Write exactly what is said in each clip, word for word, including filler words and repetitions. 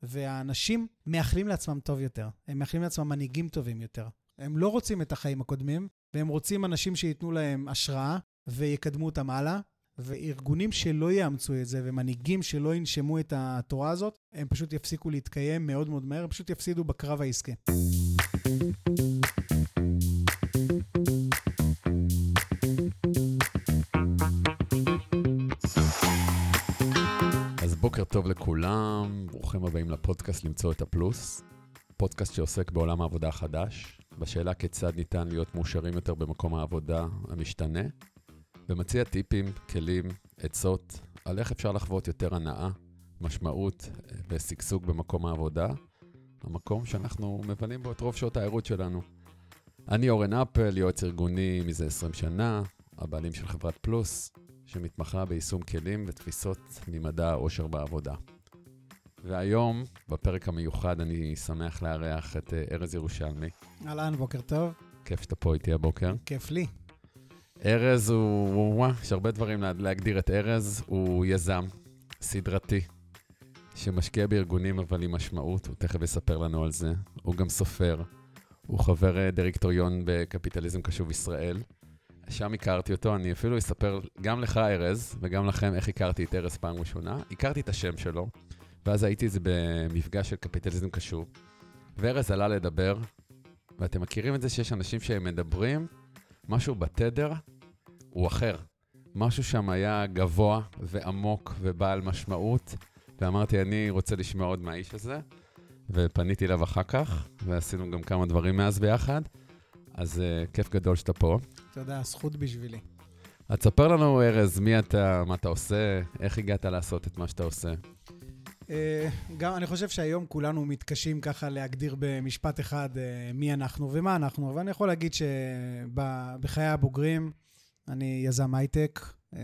והאנשים מאחלים לעצמם טוב יותר. הם מאחלים לעצמם מנהיגים טובים יותר. הם לא רוצים את החיים הקודמים, והם רוצים אנשים שיתנו להם השראה ויקדמו אותם הלאה, וארגונים שלא יאמצו את זה, ומנהיגים שלא ינשמו את התורה הזאת, הם פשוט יפסיקו להתקיים מאוד מאוד מהר, הם פשוט יפסידו בקרב העסקי. אז בוקר טוב לכולם, ברוכים הבאים לפודקאסט למצוא את הפלוס, פודקאסט שעוסק בעולם העבודה החדש, בשאלה כיצד ניתן להיות מאושרים יותר במקום העבודה המשתנה, ומציע טיפים, כלים, עצות, על איך אפשר לחוות יותר הנאה, משמעות וסגסוג במקום העבודה, המקום שאנחנו מבלים בו את רוב שעות העירות שלנו. אני אורן אפל, יועץ ארגוני מזה עשרים שנה, הבעלים של חברת פלוס, שמתמחה ביישום כלים ותפיסות ממדע העושר בעבודה. והיום, בפרק המיוחד, אני שמח לארח את ארז ירושלמי. אהלן, בוקר טוב. כיף שאתה פה איתי הבוקר. כיף לי. ארז הוא, וואו, יש הרבה דברים להגדיר את ארז, הוא יזם, סדרתי, שמשקיע בארגונים אבל עם משמעות, הוא תכף יספר לנו על זה. הוא גם סופר, הוא חבר דירקטוריון בקפיטליזם קשוב ישראל. שם הכרתי אותו, אני אפילו אספר גם לך ארז, וגם לכם איך הכרתי את ארז פעם ראשונה. הכרתי את השם שלו, ואז הייתי זה במפגש של קפיטליזם קשוב, וארז עלה לדבר, ואתם מכירים את זה שיש אנשים שהם מדברים, משהו בתדר הוא אחר. משהו שם היה גבוה ועמוק ובעל משמעות, ואמרתי, אני רוצה לשמוע עוד מהאיש הזה, ופניתי אליו אחר כך, ועשינו גם כמה דברים מאז ביחד, אז uh, כיף גדול שאתה פה. תודה, זכות בשבילי. אז תספר לנו, ארז, מי אתה, מה אתה עושה, איך הגעת לעשות את מה שאתה עושה? Uh, גם אני חושב שהיום כולנו מתקשים ככה להגדיר במשפט אחד uh, מי אנחנו ומה אנחנו, אבל אני יכול להגיד שבחיי הבוגרים אני יזם הייטק, uh,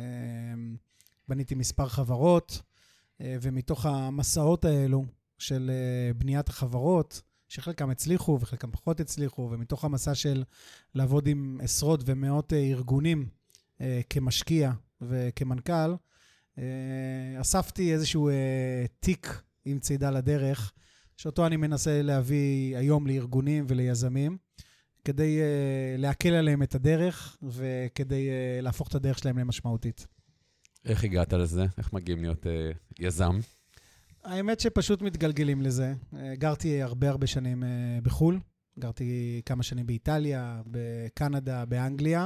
בניתי מספר חברות, uh, ומתוך המסעות האלו של uh, בניית החברות, שחלקם הצליחו וחלקם פחות הצליחו, ומתוך המסע של לעבוד עם עשרות ומאות uh, ארגונים uh, כמשקיע וכמנכ"ל, Uh, אספתי איזשהו uh, תיק עם צידה לדרך, שאותו אני מנסה להביא היום לארגונים וליזמים, כדי uh, להקל עליהם את הדרך, וכדי uh, להפוך את הדרך שלהם למשמעותית. איך הגעת לזה? איך מגיעים להיות uh, יזם? האמת שפשוט מתגלגלים לזה. Uh, גרתי הרבה הרבה שנים uh, בחול, גרתי כמה שנים באיטליה, בקנדה, באנגליה,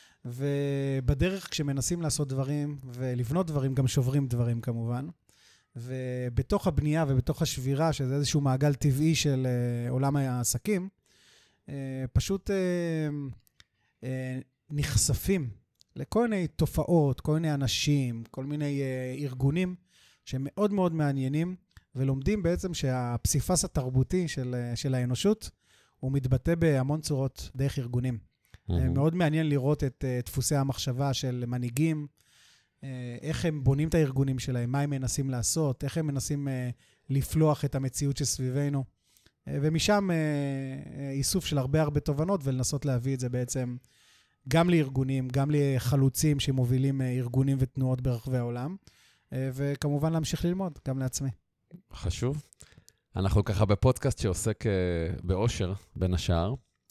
ובדרך כשמנסים לעשות דברים ולבנות דברים, גם שוברים דברים כמובן. ובתוך הבנייה ובתוך השבירה, שזה איזשהו מעגל טבעי של uh, עולם העסקים, uh, פשוט uh, uh, נחשפים לכל מיני תופעות, כל מיני אנשים, כל מיני uh, ארגונים שהם מאוד מאוד מעניינים, ולומדים בעצם שהפסיפס התרבותי של, uh, של האנושות, הוא מתבטא בהמון צורות דרך ארגונים. מאוד מעניין לראות את דפוסי המחשבה של מנהיגים, איך הם בונים את הארגונים שלהם, מה הם מנסים לעשות, איך הם מנסים לפלוח את המציאות שסביבנו, ומשם איסוף של הרבה הרבה תובנות, ולנסות להביא את זה בעצם גם לארגונים, גם לחלוצים שמובילים ארגונים ותנועות ברחבי העולם, וכמובן להמשיך ללמוד, גם לעצמי. חשוב. אנחנו ככה בפודקאסט שעוסק באושר בין השאר,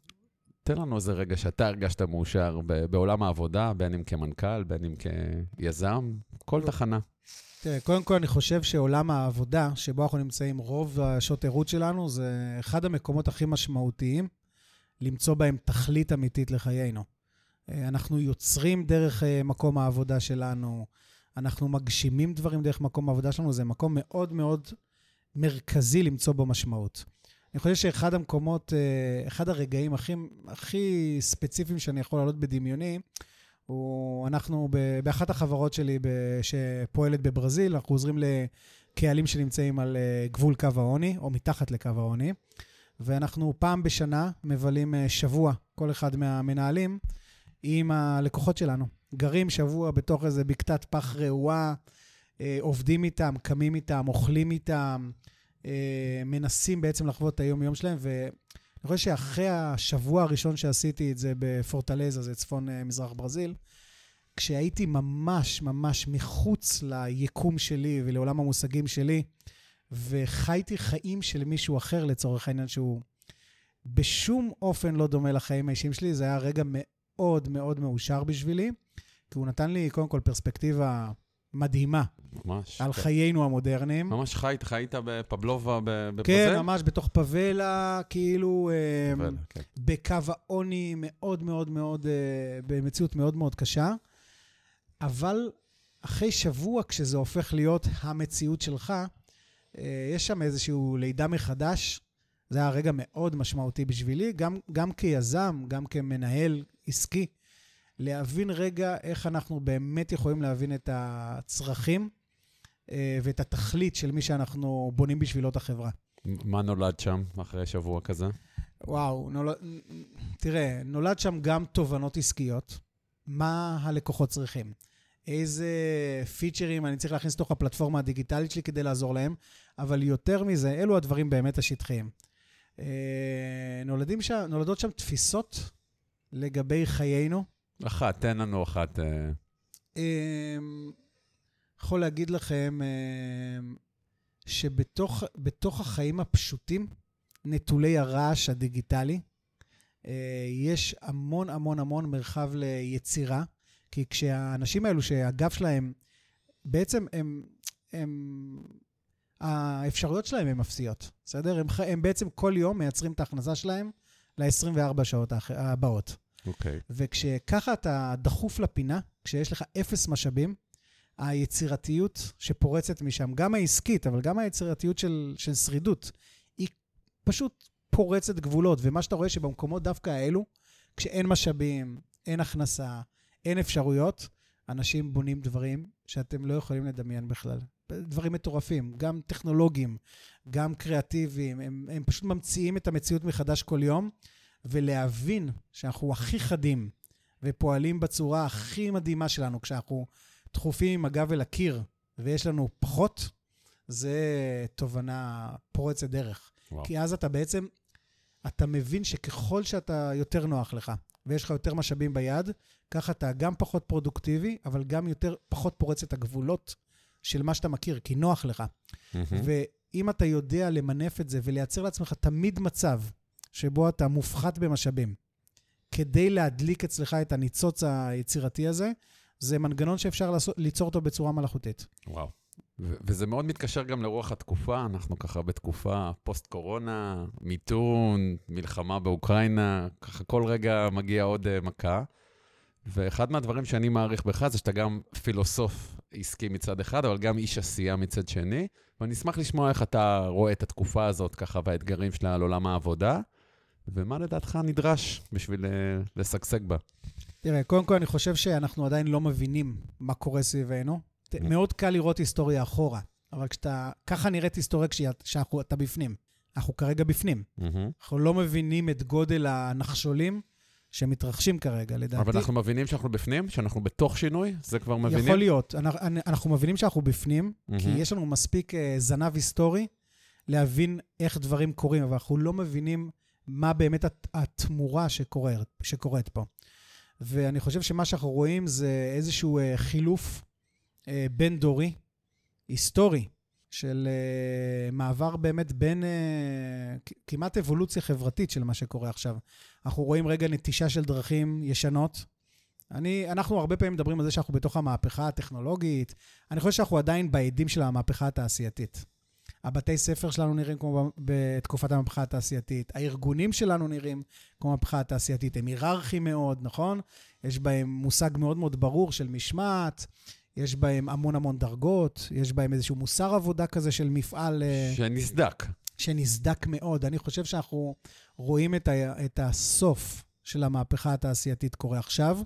תן לנו איזה רגע שאתה הרגשת מאושר בעולם העבודה, בין אם כמנכ"ל, בין אם כיזם, כל תחנה. תראה, קודם כל אני חושב שעולם העבודה, שבו אנחנו נמצאים רוב השעות עירות שלנו, זה אחד המקומות הכי משמעותיים, למצוא בהם תכלית אמיתית לחיינו. אנחנו יוצרים דרך מקום העבודה שלנו, אנחנו מגשימים דברים דרך מקום העבודה שלנו, זה מקום מאוד מאוד מרכזי למצוא בו משמעות. אני חושב שאחד המקומות, אחד הרגעים הכי, הכי ספציפיים שאני יכול לעלות בדמיוני, הוא אנחנו באחת החברות שלי שפועלת בברזיל, אנחנו עוזרים לקהלים שנמצאים על גבול קו העוני, או מתחת לקו העוני, ואנחנו פעם בשנה מבלים שבוע, כל אחד מהמנהלים, עם הלקוחות שלנו. גרים שבוע בתוך איזה בקתת פח רעועה, עובדים איתם, קמים איתם, אוכלים איתם, מנסים בעצם לחוות את היום-יום שלהם, ואני חושב שאחרי השבוע הראשון שעשיתי את זה בפורטלזה, זה צפון מזרח ברזיל, כשהייתי ממש ממש מחוץ ליקום שלי ולעולם המושגים שלי, וחייתי חיים של מישהו אחר לצורך העניין שהוא בשום אופן לא דומה לחיים האישיים שלי. זה היה רגע מאוד מאוד מאושר בשבילי, כי הוא נתן לי קודם כל פרספקטיבה מדהימה. ממש. על חיינו המודרניים. ממש חיית, חיית בפבלובה, בפוזל? כן, ממש בתוך פבלה, כאילו, פבלה, כן. בקו העוני מאוד מאוד מאוד, במציאות מאוד מאוד קשה. אבל אחרי שבוע, כשזה הופך להיות המציאות שלך, יש שם איזשהו לידה מחדש. זה היה רגע מאוד משמעותי בשבילי, גם, גם כיזם, גם כמנהל עסקי, להבין רגע איך אנחנו באמת יכולים להבין את הצרכים ואת התכלית של מי שאנחנו בונים בשבילו את החברה. מה נולד שם אחרי שבוע כזה? וואו, נולד, תראה, נולד שם גם תובנות עסקיות. מה הלקוחות צריכים? איזה פיצ'רים אני צריך להכניס לתוך הפלטפורמה הדיגיטלית שלי כדי לעזור להם, אבל יותר מזה, אלו הדברים באמת השטחיים. נולדים שם, נולדות שם תפיסות לגבי חיינו. אחת, תן לנו אחת. יכול להגיד לכם שבתוך בתוך החיים הפשוטים, נטולי הרעש הדיגיטלי, יש המון המון המון מרחב ליצירה, כי כשהאנשים האלו שהגב שלהם, בעצם הם, הם, האפשרויות שלהם הן אפסיות, בסדר? הם, הם בעצם כל יום מייצרים את ההכנסה שלהם ל-עשרים וארבע שעות הבאות. אוקיי. וכשככה אתה דחוף לפינה, כשיש לך אפס משאבים, היצירתיות שפורצת משם, גם העסקית, אבל גם היצירתיות של, של שרידות, היא פשוט פורצת גבולות, ומה שאתה רואה שבמקומות דווקא האלו, כשאין משאבים, אין הכנסה, אין אפשרויות, אנשים בונים דברים שאתם לא יכולים לדמיין בכלל. דברים מטורפים, גם טכנולוגיים, גם קריאטיביים, הם, הם פשוט ממציאים את המציאות מחדש כל יום, ולהבין שאנחנו הכי חדים, ופועלים בצורה הכי מדהימה שלנו, כשאנחנו דחופים עם הגב אל הקיר, ויש לנו פחות, זה תובנה פורצת דרך. וואו. כי אז אתה בעצם, אתה מבין שככל שאתה יותר נוח לך, ויש לך יותר משאבים ביד, ככה אתה גם פחות פרודוקטיבי, אבל גם יותר, פחות פורץ את הגבולות של מה שאתה מכיר, כי נוח לך. Mm-hmm. ואם אתה יודע למנף את זה, ולייצר לעצמך תמיד מצב, שבו אתה מופחת במשאבים, כדי להדליק אצלך את הניצוץ היצירתי הזה, זה מנגנון שאפשר לעשות, ליצור אותו בצורה מלאכותית. וואו. ו- וזה מאוד מתקשר גם לרוח התקופה, אנחנו ככה בתקופה פוסט-קורונה, מיתון, מלחמה באוקראינה, ככה כל רגע מגיע עוד uh, מכה, ואחד מהדברים שאני מעריך בך זה שאתה גם פילוסוף עסקי מצד אחד, אבל גם איש עשייה מצד שני, ואני אשמח לשמוע איך אתה רואה את התקופה הזאת ככה והאתגרים שלה על עולם העבודה, ומה לדעתך נדרש בשביל לשגשג בה? תראה, קודם כל אני חושב שאנחנו עדיין לא מבינים מה קורה סביבנו. מאוד קל לראות היסטוריה אחורה, אבל כשאתה, ככה נראית היסטוריה כשאתה בפנים. אנחנו כרגע בפנים. אנחנו לא מבינים את גודל הנחשולים שמתרחשים כרגע, לדעתי. אבל אנחנו מבינים שאנחנו בפנים? שאנחנו בתוך שינוי? זה כבר מבינים? יכול להיות. אנחנו מבינים שאנחנו בפנים, כי יש לנו מספיק זנב היסטורי להבין איך דברים קורים, אבל אנחנו לא מבינים מה באמת התמורה שקורית, שקורית פה. ואני חושב שמה שאנחנו רואים זה איזשהו חילוף בין דורי, היסטורי, של מעבר באמת בין כמעט אבולוציה חברתית של מה שקורה עכשיו. אנחנו רואים רגע נטישה של דרכים ישנות. אני, אנחנו הרבה פעמים מדברים על זה שאנחנו בתוך המהפכה הטכנולוגית. אני חושב שאנחנו עדיין בעדים של המהפכה התעשייתית. הבתי ספר שלנו נראים כמו בתקופת המהפכה התעשייתית. הארגונים שלנו נראים כמו המהפכה התעשייתית. הם היררכיים מאוד, נכון? יש בהם מושג מאוד מאוד ברור של משמעת. יש בהם המון המון דרגות. יש בהם איזשהו מוסר עבודה כזה של מפעל... שנסדק. שנסדק מאוד. אני חושב שאנחנו רואים את, ה, את הסוף של המהפכה התעשייתית קורה עכשיו,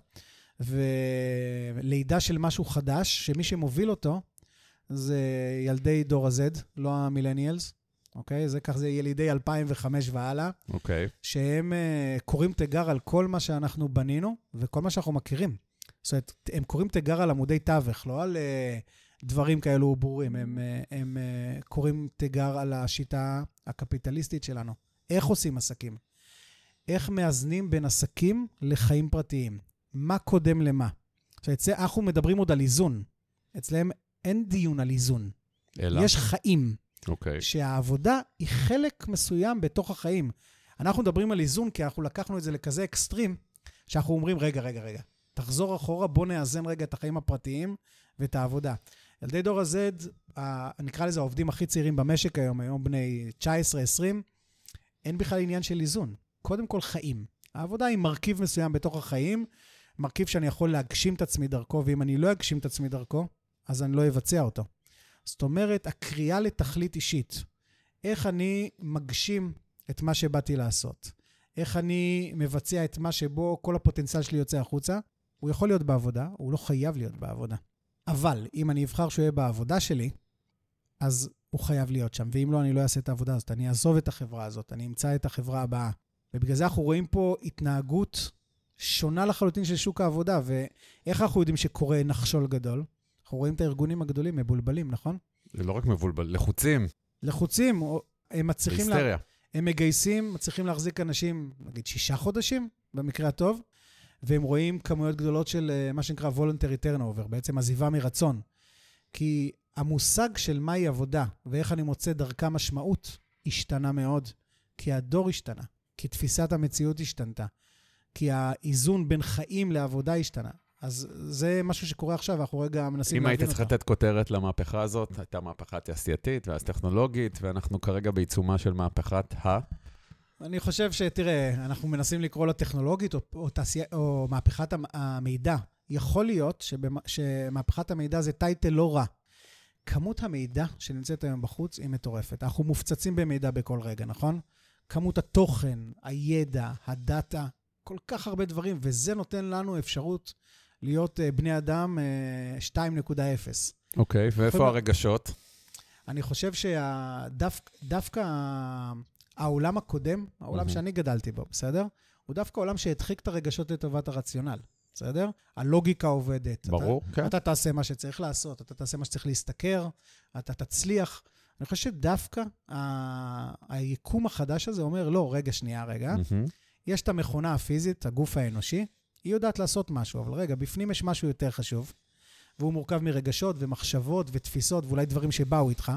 ולידה של משהו חדש, שמי שמוביל אותו, זה ילדי דור ה-Z, לא המילניאלס, אוקיי? זה כך, זה ילידי אלפיים וחמש והלאה, אוקיי. שהם uh, קוראים תיגר על כל מה שאנחנו בנינו, וכל מה שאנחנו מכירים. זאת אומרת, הם קוראים תיגר על עמודי תווך, לא על uh, דברים כאלו ברורים, הם, uh, הם uh, קוראים תיגר על השיטה הקפיטליסטית שלנו. איך עושים עסקים? איך מאזנים בין עסקים לחיים פרטיים? מה קודם למה? זאת אומרת, אנחנו מדברים עוד על איזון. אצלם אין דיון על איזון. אלא? יש חיים. אוקיי. שהעבודה היא חלק מסוים בתוך החיים. אנחנו מדברים על איזון, כי אנחנו לקחנו את זה לכזה אקסטרים, שאנחנו אומרים, רגע, רגע, רגע, תחזור אחורה, בוא נאזן רגע את החיים הפרטיים ואת העבודה. ילדי דור ה-Z, נקרא לזה העובדים הכי צעירים במשק היום, היום בני תשע עשרה עשרים, אין בכלל עניין של איזון. קודם כל חיים. העבודה היא מרכיב מסוים בתוך החיים, מרכיב שאני יכול להגשים את עצמי דרכו, ואם אני לא אגשים את עצמי דרכו, אז אני לא אבצע אותו. זאת אומרת, הקריאה לתכלית אישית, איך אני מגשים את מה שבאתי לעשות, איך אני מבצע את מה שבו כל הפוטנציאל שלי יוצא החוצה, הוא יכול להיות בעבודה, הוא לא חייב להיות בעבודה. אבל אם אני אבחר שהוא יהיה בעבודה שלי, אז הוא חייב להיות שם, ואם לא, אני לא אעשה את העבודה הזאת, אני אעזוב את החברה הזאת, אני אמצא את החברה הבאה. ובגלל זה אנחנו רואים פה התנהגות שונה לחלוטין של שוק העבודה, ואיך אנחנו יודעים שקורה נחשול גדול? אנחנו רואים את הארגונים הגדולים, מבולבלים, נכון? זה לא רק מבולבל, לחוצים. לחוצים, הם מצליחים... היסטריה. לה... הם מגייסים, מצליחים להחזיק אנשים, נגיד, שישה חודשים, במקרה הטוב, והם רואים כמויות גדולות של מה שנקרא voluntary turnover, בעצם עזיבה מרצון. כי המושג של מהי עבודה, ואיך אני מוצא דרכה משמעות, השתנה מאוד. כי הדור השתנה, כי תפיסת המציאות השתנתה, כי האיזון בין חיים לעבודה השתנה. אז זה משהו שקורה עכשיו, אנחנו רגע מנסים אם להבין היית אותו. צריך לתת כותרת למהפכה הזאת, הייתה מהפכה תעשייתית ואז טכנולוגית, ואנחנו כרגע בעיצומה של מהפכת ה... אני חושב שתראה, אנחנו מנסים לקרוא לה טכנולוגית או, או, תעשייה, או מהפכת המידע. יכול להיות שבמה, שמהפכת המידע זה טייטל לא רע. כמות המידע שנמצאת היום בחוץ היא מטורפת. אנחנו מופצצים במידע בכל רגע, נכון? כמות התוכן, הידע, הדאטה, כל כך הרבה דברים, וזה נותן לנו אפשרות להיות בני אדם שתיים נקודה אפס. אוקיי, ואיפה הרגשות? אני חושב שדווקא העולם הקודם, העולם שאני גדלתי בו, בסדר? הוא דווקא עולם שהדחיק את הרגשות לטובת הרציונל, בסדר? הלוגיקה עובדת. ברור, כן. אתה תעשה מה שצריך לעשות, אתה תעשה מה שצריך להסתכר, אתה תצליח. אני חושב שדווקא היקום החדש הזה אומר, לא, רגע, שנייה, רגע. יש את המכונה הפיזית, הגוף האנושי, היא יודעת לעשות משהו, אבל רגע, בפנים יש משהו יותר חשוב, והוא מורכב מרגשות ומחשבות ותפיסות, ואולי דברים שבאו איתך,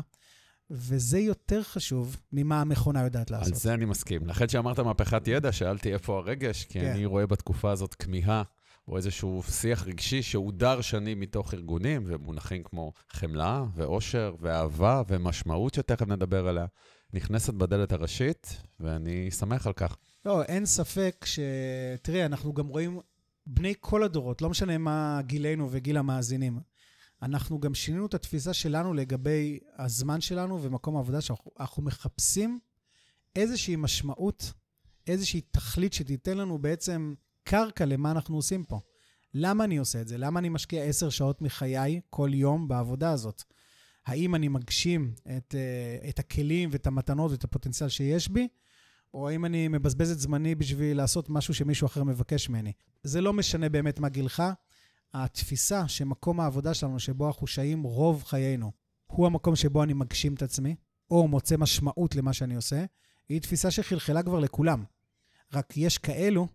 וזה יותר חשוב ממה המכונה יודעת לעשות. על זה אני מסכים. לכן שאמרת מהפכת ידע, שאלתי איפה הרגש, כי אני רואה בתקופה הזאת כמיהה, או איזשהו שיח רגשי שהודר שנים מתוך ארגונים, ומונחים כמו חמלה ואושר ואהבה ומשמעות, שתכף נדבר עליה, נכנסת בדלת הראשית, ואני שמח על כך. לא, אין ספק ש... תראה, אנחנו גם רואים בני כל הדורות, לא משנה מה גילנו וגיל המאזינים. אנחנו גם שינינו את התפיסה שלנו לגבי הזמן שלנו ומקום העבודה שאנחנו מחפשים איזושהי משמעות, איזושהי תכלית שתיתן לנו בעצם קרקע למה אנחנו עושים פה. למה אני עושה את זה? למה אני משקיע עשר שעות מחיי כל יום בעבודה הזאת? האם אני מגשים את, את הכלים ואת המתנות ואת הפוטנציאל שיש בי? או האם אני מבזבז את זמני בשביל לעשות משהו שמישהו אחר מבקש ממני? זה לא משנה באמת מה גילך. התפיסה שמקום העבודה שלנו, שבו אנחנו שאים רוב חיינו, הוא המקום שבו אני מגשים את עצמי, או מוצא משמעות למה שאני עושה, היא תפיסה שחלחלה כבר לכולם. רק יש כאלו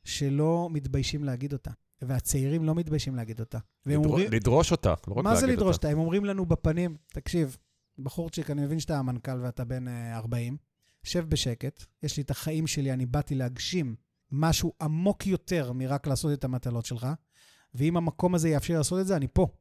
שלא מתביישים להגיד אותה, והצעירים לא מתביישים להגיד אותה. לדרוש, אומרים, לדרוש אותה, לא רק להגיד אותה. מה זה לדרוש אותה? הם אומרים לנו בפנים, תקשיב, בחורצ'יק, אני מבין שאתה המנכ"ל ואתה בן ארבעים, שב בשקט, יש לי את החיים שלי, אני באתי להגשים משהו עמוק יותר מרק לעשות את המטלות שלך, ואם המקום הזה יאפשר לעשות את זה, אני פה.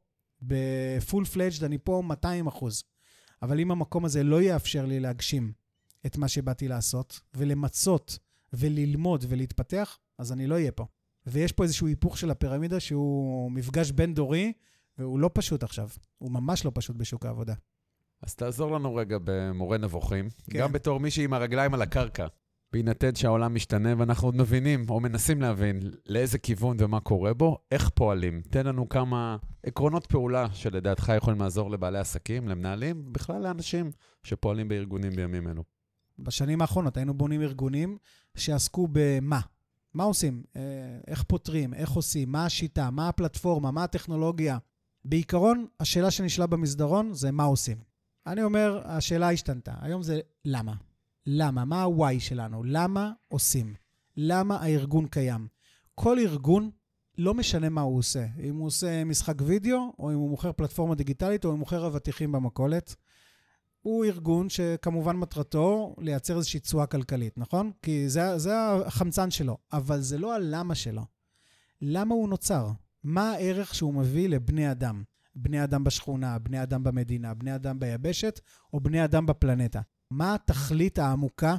בפול פלאג'ד אני פה מאתיים אחוז. אבל אם המקום הזה לא יאפשר לי להגשים את מה שבאתי לעשות, ולמצות וללמוד ולהתפתח, אז אני לא אהיה פה. ויש פה איזשהו היפוך של הפירמידה, שהוא מפגש בין דורי, והוא לא פשוט עכשיו. הוא ממש לא פשוט בשוק העבודה. אז תעזור לנו רגע במורה נבוכים, כן. גם בתור מישהי עם הרגליים על הקרקע. בהינתן שהעולם משתנה, ואנחנו עוד מבינים, או מנסים להבין, לאיזה כיוון ומה קורה בו, איך פועלים. תן לנו כמה עקרונות פעולה שלדעתך יכולים לעזור לבעלי עסקים, למנהלים, בכלל לאנשים שפועלים בארגונים בימים אלו. בשנים האחרונות היינו בונים ארגונים שעסקו במה. מה עושים? איך פותרים? איך עושים? מה השיטה? מה הפלטפורמה? מה הטכנולוגיה? בעיקרון, השאלה שנשאלה במסדרון זה מה עושים. אני אומר, השאלה השתנתה. היום זה למה. למה? מה ה-why שלנו? למה עושים? למה הארגון קיים? כל ארגון לא משנה מה הוא עושה. אם הוא עושה משחק וידאו, או אם הוא מוכר פלטפורמה דיגיטלית, או אם הוא מוכר אבטיחים במכולת. הוא ארגון שכמובן מטרתו לייצר איזושהי תשואה כלכלית, נכון? כי זה, זה החמצן שלו, אבל זה לא הלמה שלו. למה הוא נוצר? מה הערך שהוא מביא לבני אדם? בני אדם בשכונה, בני אדם במדינה, בני אדם ביבשת, או בני אדם בפלנטה? מה התכלית העמוקה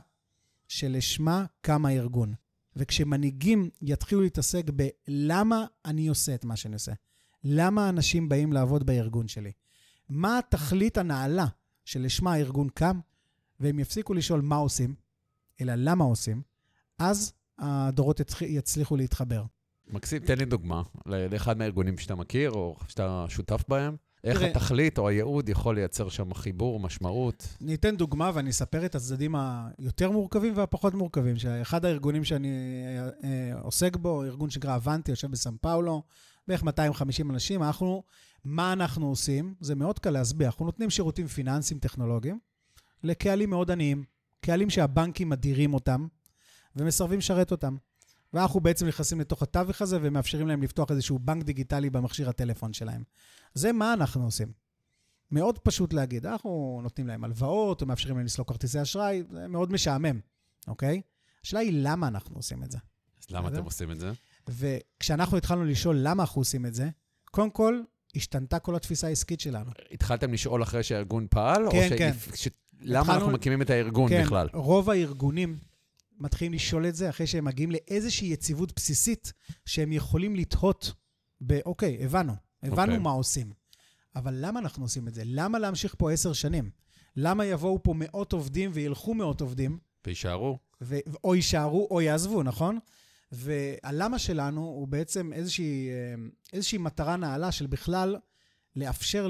שלשמה קם הארגון? וכשמנהיגים יתחילו להתעסק בלמה אני עושה את מה שאני עושה, למה אנשים באים לעבוד בארגון שלי, מה התכלית הנעלה שלשמה הארגון קם, והם יפסיקו לשאול מה עושים, אלא למה עושים, אז הדורות יצליחו להתחבר. מקסים, תן לי דוגמה לאחד מהארגונים שאתה מכיר, או שאתה שותף בהם. איך תראה, התכלית או הייעוד יכול לייצר שם חיבור, משמעות? ניתן דוגמה ואני אספר את הצדדים היותר מורכבים והפחות מורכבים. שאחד הארגונים שאני אה, עוסק בו, ארגון שנקרא אבנטי, יושב בסן פאולו, בערך מאתיים וחמישים אנשים. אנחנו, מה אנחנו עושים? זה מאוד קל להסביר. אנחנו נותנים שירותים פיננסיים טכנולוגיים לקהלים מאוד עניים, קהלים שהבנקים מדירים אותם ומסרבים לשרת אותם. ואנחנו בעצם נכנסים לתוך התווך הזה ומאפשרים להם לפתוח איזשהו בנק דיגיטלי במכשיר הטלפון שלהם. זה מה אנחנו עושים. מאוד פשוט להגיד, אנחנו נותנים להם הלוואות, או מאפשרים להם לסלוק כרטיסי אשראי, זה מאוד משעמם, אוקיי? השאלה היא למה אנחנו עושים את זה. אז למה אתם עושים את זה? וכשאנחנו התחלנו לשאול למה אנחנו עושים את זה, קודם כל, השתנתה כל התפיסה העסקית שלנו. התחלתם לשאול אחרי שהארגון פעל? כן, כן. למה אנחנו מקימים את הארגון בכלל? כן, רוב הארגונים מתחילים לשאול את זה אחרי שהם מגיעים לאיזושהי יציבות בסיסית שהם יכולים לתהות באוקיי, הבנו, הבנו מה עושים. אבל למה אנחנו עושים את זה? למה להמשיך פה עשר שנים? למה יבואו פה מאות עובדים וילכו מאות עובדים? וישארו. ו- או יישארו או יעזבו, נכון? והלמה שלנו הוא בעצם איזושהי, איזושהי מטרה נעלה של בכלל לאפשר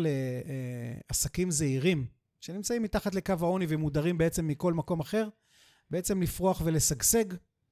לעסקים זעירים שנמצאים מתחת לקו העוני ומודרים בעצם מכל מקום אחר, בעצם לפרוח ולסגסג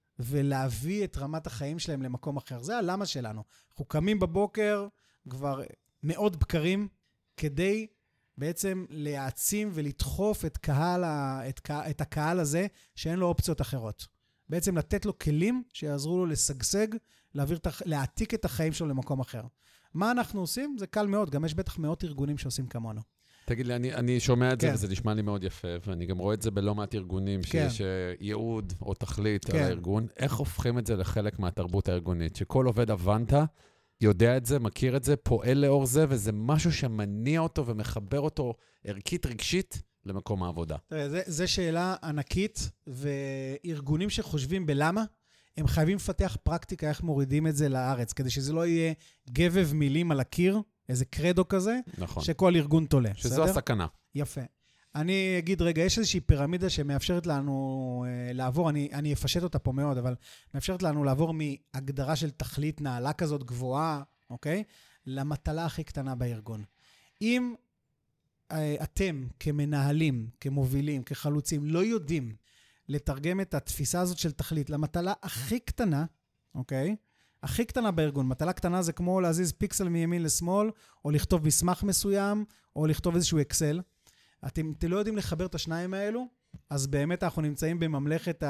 ולהביא את רמת החיים שלהם למקום אחר. זה הלמה שלנו. אנחנו קמים בבוקר כבר מאוד בקרים כדי בעצם להעצים ולדחוף את, קהל, את, את הקהל הזה שאין לו אופציות אחרות. בעצם לתת לו כלים שיעזרו לו לסגסג, להעביר, להעתיק את החיים שלו למקום אחר. מה אנחנו עושים? זה קל מאוד. גם יש בטח מאות ארגונים שעושים כמונו. תגיד לי, אני, אני שומע את כן. זה, וזה נשמע לי מאוד יפה, ואני גם רואה את זה בלא מעט ארגונים, כן. שיש ייעוד או תכלית כן. על הארגון. איך הופכים את זה לחלק מהתרבות הארגונית? שכל עובד אבנטה יודע את זה, מכיר את זה, פועל לאור זה, וזה משהו שמניע אותו ומחבר אותו ערכית רגשית למקום העבודה. תראה, זה, זה שאלה ענקית, וארגונים שחושבים בלמה, הם חייבים לפתח פרקטיקה איך מורידים את זה לארץ, כדי שזה לא יהיה גבב מילים על הקיר, איזה קרדו כזה, נכון. שכל ארגון תולה. שזו בסדר? הסכנה. יפה. אני אגיד רגע, יש איזושהי פירמידה שמאפשרת לנו אה, לעבור, אני, אני אפשט אותה פה מאוד, אבל מאפשרת לנו לעבור מהגדרה של תכלית נעלה כזאת גבוהה, אוקיי? למטלה הכי קטנה בארגון. אם אה, אתם כמנהלים, כמובילים, כחלוצים, לא יודעים לתרגם את התפיסה הזאת של תכלית למטלה הכי קטנה, אוקיי? הכי קטנה בארגון. מטלה קטנה זה כמו להזיז פיקסל מימין לשמאל, או לכתוב מסמך מסוים, או לכתוב איזשהו אקסל. אתם, אתם לא יודעים לחבר את השניים האלו, אז באמת אנחנו נמצאים בממלכת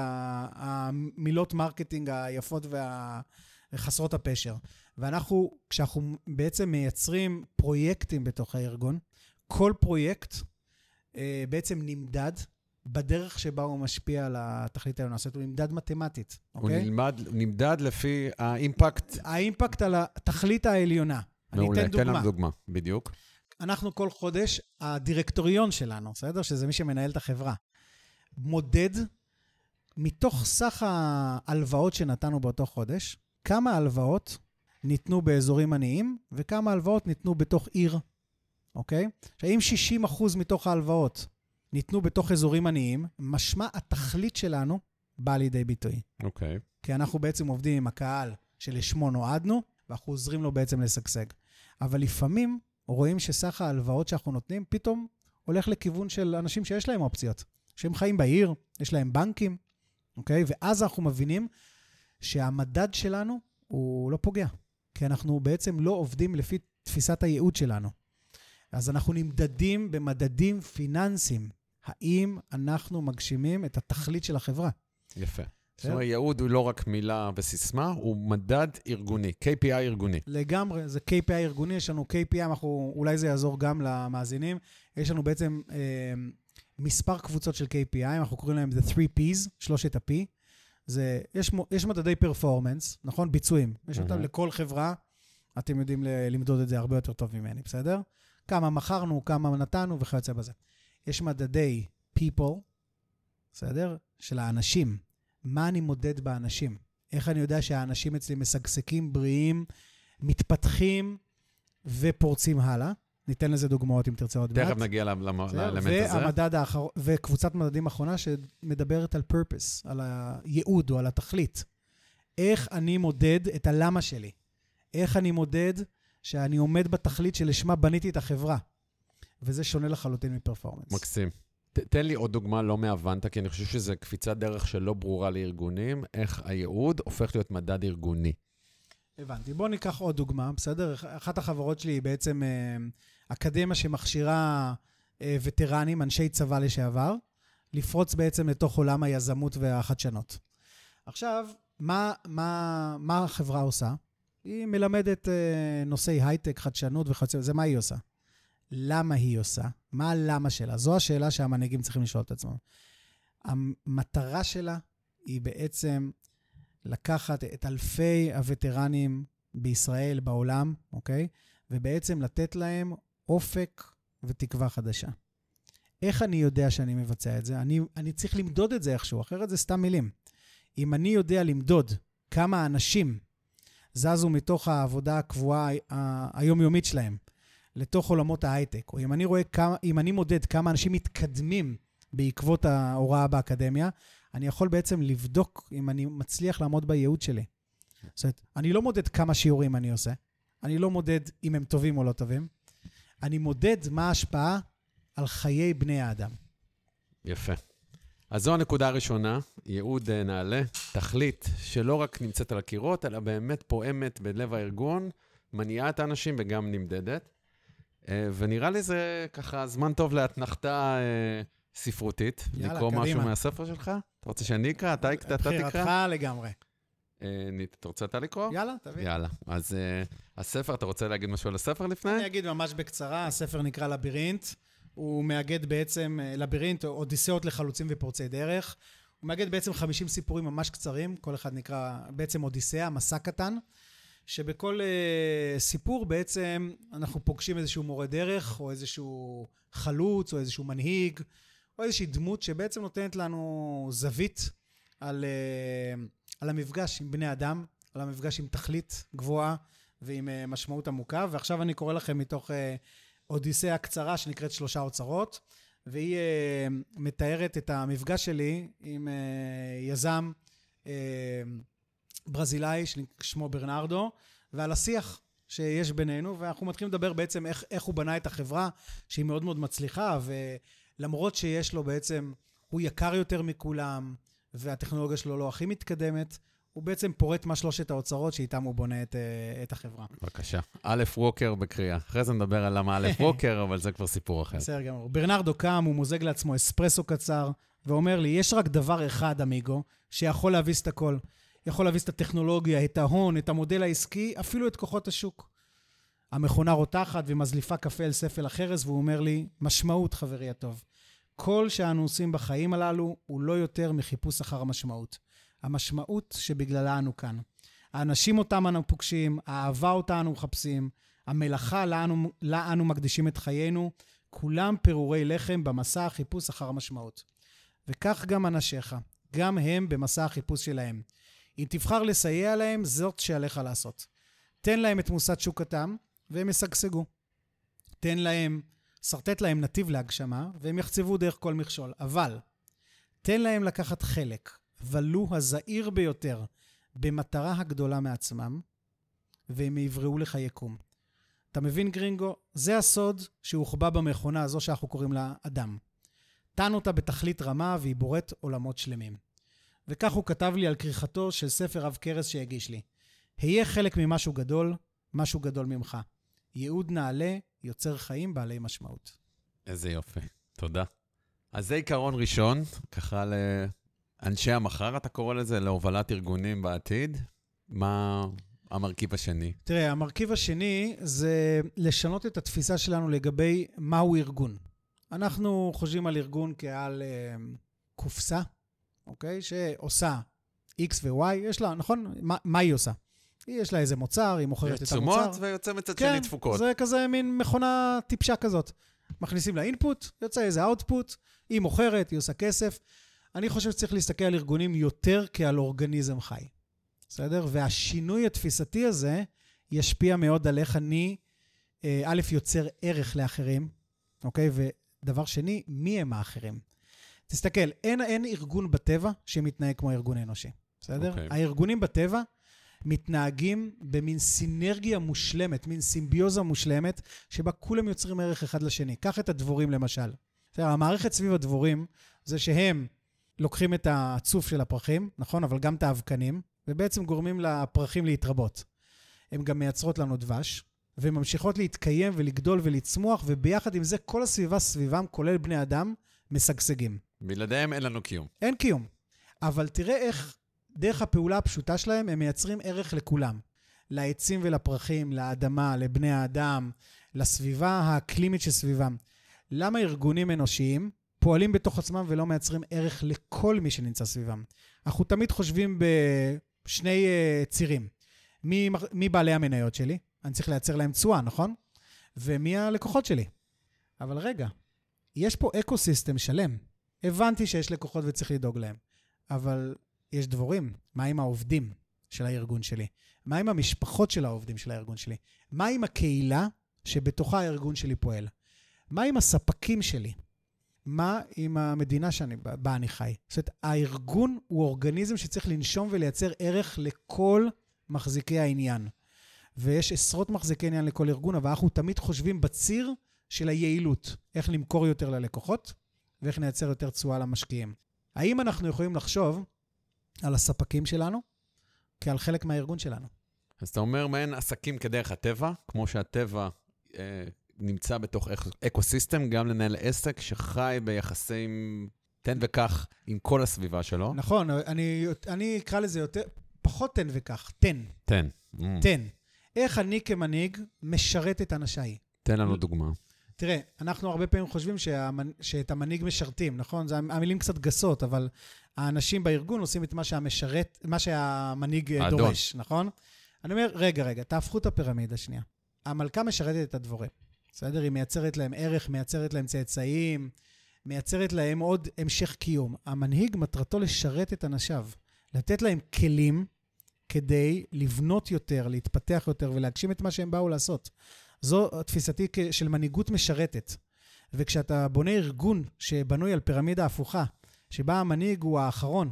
המילות מרקטינג היפות והחסרות הפשר. ואנחנו, כשאנחנו בעצם מייצרים פרויקטים בתוך הארגון, כל פרויקט אה, בעצם נמדד בדרך שבה הוא משפיע על התכלית העליונה. זאת אומרת, הוא נמדד מתמטית. הוא אוקיי? נלמד, הוא נמדד לפי האימפקט. האימפקט על התכלית העליונה. מעולה, אני אתן דוגמה. תן לנו דוגמה, בדיוק. אנחנו כל חודש, הדירקטוריון שלנו, בסדר? שזה מי שמנהל את החברה, מודד מתוך סך ההלוואות שנתנו באותו חודש, כמה הלוואות ניתנו באזורים עניים, וכמה הלוואות ניתנו בתוך עיר. אוקיי? שאם שישים אחוז מתוך ההלוואות ניתנו בתוך אזורים עניים, משמע התכלית שלנו באה לידי ביטוי. אוקיי. כי אנחנו בעצם עובדים עם הקהל שלשמו נועדנו, ואנחנו עוזרים לו בעצם לשגשג. אבל לפעמים רואים שסך ההלוואות שאנחנו נותנים, פתאום הולך לכיוון של אנשים שיש להם אופציות. שהם חיים בעיר, יש להם בנקים, אוקיי? ואז אנחנו מבינים שהמדד שלנו הוא לא פוגע. כי אנחנו בעצם לא עובדים לפי תפיסת הייעוד שלנו. אז אנחנו נמדדים במדדים פיננסיים. האם אנחנו מגשימים את התכלית של החברה? יפה. זאת אומרת, ייעוד הוא לא רק מילה וסיסמה, הוא מדד ארגוני, K P I ארגוני. לגמרי, זה K P I ארגוני, יש לנו K P I, אנחנו, אולי זה יעזור גם למאזינים, יש לנו בעצם אה, מספר קבוצות של קיי פי איי, אנחנו קוראים להם the three P's, שלושת ה-P. זה, יש, יש מדדי פרפורמנס, נכון? ביצועים. יש אותם mm-hmm. לכל חברה, אתם יודעים למדוד את זה הרבה יותר טוב ממני, בסדר? כמה מכרנו, כמה נתנו וכיוצא בזה. יש מדדי people, בסדר? של האנשים. מה אני מודד באנשים? איך אני יודע שהאנשים אצלי משגשגים, בריאים, מתפתחים ופורצים הלאה? ניתן לזה דוגמאות אם תרצה עוד מעט. תכף נגיע לאלמנט הזה. והמדד האחר... וקבוצת מדדים האחרונה שמדברת על purpose, על הייעוד או על התכלית. איך אני מודד את הלמה שלי? איך אני מודד שאני עומד בתכלית שלשמה בניתי את החברה? וזה שונה לחלוטין מפרפורמנס. מקסים. ת, תן לי עוד דוגמה לא מהוונטה, כי אני חושב שזה קפיצת דרך שלא ברורה לארגונים, איך הייעוד הופך להיות מדד ארגוני. הבנתי. בואו ניקח עוד דוגמה, בסדר? אחת החברות שלי היא בעצם אה, אקדמיה שמכשירה אה, וטרנים, אנשי צבא לשעבר, לפרוץ בעצם לתוך עולם היזמות והחדשנות. עכשיו, מה, מה, מה החברה עושה? היא מלמדת אה, נושאי הייטק, חדשנות וחדשנות, זה מה היא עושה. למה היא עושה? מה הלמה שלה? זו השאלה שהמנהיגים צריכים לשאול את עצמם. המטרה שלה היא בעצם לקחת את אלפי הווטרנים בישראל, בעולם, אוקיי? ובעצם לתת להם אופק ותקווה חדשה. איך אני יודע שאני מבצע את זה? אני, אני צריך למדוד את זה איכשהו, אחרת זה סתם מילים. אם אני יודע למדוד כמה אנשים זזו מתוך העבודה הקבועה היומיומית שלהם, לתוך עולמות ההייטק, או אם אני רואה כמה, אם אני מודד כמה אנשים מתקדמים בעקבות ההוראה באקדמיה, אני יכול בעצם לבדוק אם אני מצליח לעמוד בייעוד שלי. זאת אומרת, אני לא מודד כמה שיעורים אני עושה, אני לא מודד אם הם טובים או לא טובים, אני מודד מה ההשפעה על חיי בני האדם. יפה. אז זו הנקודה הראשונה, ייעוד נעלה, תכלית שלא רק נמצאת על הקירות, אלא באמת פועמת בלב הארגון, מניעה את האנשים וגם נמדדת. ונראה לי זה ככה זמן טוב להתנחתה ספרותית. יאללה, לקרוא קדימה. משהו מהספר שלך? אתה רוצה שאני אקרא? אתה תקרא? בחירתך לגמרי. אתה רוצה אתה לקרוא? יאללה, תביא. יאללה. אז הספר, אתה רוצה להגיד משהו על הספר לפני? אני אגיד ממש בקצרה, הספר נקרא לבירינט. הוא מאגד בעצם, לבירינט, אודיסאות לחלוצים ופורצי דרך. הוא מאגד בעצם חמישים סיפורים ממש קצרים, כל אחד נקרא בעצם אודיסאה, מסע קטן. שבכל uh, סיפור בעצם אנחנו פוגשים איזשהו מורה דרך, או איזשהו חלוץ, או איזשהו מנהיג, או איזושהי דמות שבעצם נותנת לנו זווית על, uh, על המפגש עם בני אדם, על המפגש עם תכלית גבוהה ועם uh, משמעות עמוקה. ועכשיו אני קורא לכם מתוך uh, אודיסאה קצרה שנקראת שלושה אוצרות, והיא uh, מתארת את המפגש שלי עם uh, יזם uh, ברזילאי ששמו ברנרדו, ועל השיח שיש בינינו, ואנחנו מתחילים לדבר בעצם איך, איך הוא בנה את החברה, שהיא מאוד מאוד מצליחה, ולמרות שיש לו בעצם, הוא יקר יותר מכולם, והטכנולוגיה שלו לא הכי מתקדמת, הוא בעצם פורט מה שלושת האוצרות שאיתם הוא בונה את, את החברה. בבקשה. א' ווקר בקריאה. אחרי זה נדבר על למה א' ווקר, אבל זה כבר סיפור אחר. בסדר גמור. ברנרדו קם, הוא מוזג לעצמו אספרסו קצר, ואומר לי, יש רק דבר אחד, אמיגו, שיכול להביס את הכל. יכול להביס את הטכנולוגיה, את ההון, את המודל העסקי, אפילו את כוחות השוק. המכונה רותחת ומזליפה קפה אל ספל החרס, והוא אומר לי, משמעות, חברי הטוב. כל שאנו עושים בחיים הללו, הוא לא יותר מחיפוש אחר המשמעות. המשמעות שבגללה אנו כאן. האנשים אותם אנו פוגשים, האהבה אותה אנו מחפשים, המלאכה לה אנו, לה אנו מקדישים את חיינו, כולם פירורי לחם במסע החיפוש אחר המשמעות. וכך גם אנשיך, גם הם במסע החיפוש שלהם. אם תבחר לסייע להם, זאת שעליך לעשות. תן להם את מוסד שוקתם, והם ישגשגו. תן להם, סרטט להם נתיב להגשמה, והם יחצבו דרך כל מכשול. אבל, תן להם לקחת חלק, ולו הזעיר ביותר, במטרה הגדולה מעצמם, והם יבראו לך יקום. אתה מבין, גרינגו? זה הסוד שהוחבא במכונה הזו שאנחנו קוראים לה אדם. תן אותה בתכלית רמה, והיא בוראת עולמות שלמים. וכך הוא כתב לי על כריכתו של ספר אב קרס שהגיש לי. היה חלק ממשהו גדול, משהו גדול ממך. ייעוד נעלה, יוצר חיים בעלי משמעות. איזה יופי, תודה. אז זה עיקרון ראשון, ככה לאנשי המחר, אתה קורא לזה, להובלת ארגונים בעתיד. מה המרכיב השני? תראה, המרכיב השני זה לשנות את התפיסה שלנו לגבי מהו ארגון. אנחנו חושבים על ארגון כעל אה, קופסה, אוקיי? שעושה X ו-Y, יש לה, נכון? מה, מה היא עושה? יש לה איזה מוצר, היא מוכרת את המוצר. תשומות ויוצא מצד כן, שני תפוקות. זה כזה מין מכונה טיפשה כזאת. מכניסים לה אינפוט, יוצא איזה אאוטפוט, היא מוכרת, היא עושה כסף. אני חושב שצריך להסתכל על ארגונים יותר כעל אורגניזם חי. בסדר? והשינוי התפיסתי הזה ישפיע מאוד על איך אני, א', יוצר ערך לאחרים, אוקיי? ודבר שני, מי הם האחרים? תסתכל, אין, אין ארגון בטבע שמתנהג כמו ארגון אנושי. בסדר? אוקיי. הארגונים בטבע מתנהגים במין סינרגיה מושלמת, מין סימביוזה מושלמת, שבה כולם יוצרים ערך אחד לשני. קח את הדבורים למשל. בסדר? המערכת סביב הדבורים זה שהם לוקחים את הצוף של הפרחים, נכון? אבל גם את האבקנים, ובעצם גורמים לפרחים להתרבות. הם גם מייצרות לנו דבש, וממשיכות להתקיים ולגדול ולצמוח, וביחד עם זה כל הסביבה סביבם, כולל בני אדם, משגשגים. בלעדיהם אין לנו קיום. אין קיום. אבל תראה איך דרך הפעולה הפשוטה שלהם, הם מייצרים ערך לכולם. לעצים ולפרחים, לאדמה, לבני האדם, לסביבה האקלימית שסביבם. למה ארגונים אנושיים פועלים בתוך עצמם ולא מייצרים ערך לכל מי שנמצא סביבם? אנחנו תמיד חושבים בשני uh, צירים. מי, מי בעלי המניות שלי? אני צריך לייצר להם תשואה, נכון? ומי הלקוחות שלי? אבל רגע, יש פה אקוסיסטם שלם. הבנתי שיש לקוחות וצריך לדאוג להם. אבל יש דבורים. מה עם העובדים של הארגון שלי? מה עם המשפחות של העובדים של הארגון שלי? מה עם הקהילה שבתוכה הארגון שלי פועל? מה עם הספקים שלי? מה עם המדינה שאני, בה אני חי? זאת אומרת, הארגון הוא אורגניזם שצריך לנשום ולייצר ערך לכל מחזיקי העניין. ויש עשרות מחזיקי עניין לכל ארגון, אבל אנחנו תמיד חושבים בציר של היעילות. איך למכור יותר ללקוחות, ואיך נייצר יותר תשואה למשקיעים. האם אנחנו יכולים לחשוב על הספקים שלנו, כעל חלק מהארגון שלנו? אז אתה אומר, מעין עסקים כדרך הטבע, כמו שהטבע אה, נמצא בתוך אקוסיסטם, גם לנהל עסק שחי ביחסים תן וכך עם כל הסביבה שלו. נכון, אני, אני אקרא לזה יותר, פחות תן וכך, תן. תן. תן. איך אני כמנהיג משרת את אנשיי? תן לנו דוגמה. תראה, אנחנו הרבה פעמים חושבים שהמנ... שאת המנהיג משרתים, נכון? זה המילים קצת גסות, אבל האנשים בארגון עושים את מה שהמשרת, מה שהמנהיג האדון. דורש, נכון? אני אומר, רגע, רגע, תהפכו את הפירמידה שנייה. המלכה משרתת את הדבורים, בסדר? היא מייצרת להם ערך, מייצרת להם צאצאים, מייצרת להם עוד המשך קיום. המנהיג מטרתו לשרת את אנשיו, לתת להם כלים כדי לבנות יותר, להתפתח יותר ולהגשים את מה שהם באו לעשות. זו התפיסתי של מנהיגות משרתת. וכשאתה בונה ארגון שבנוי על פירמידה הפוכה, שבה המנהיג הוא האחרון,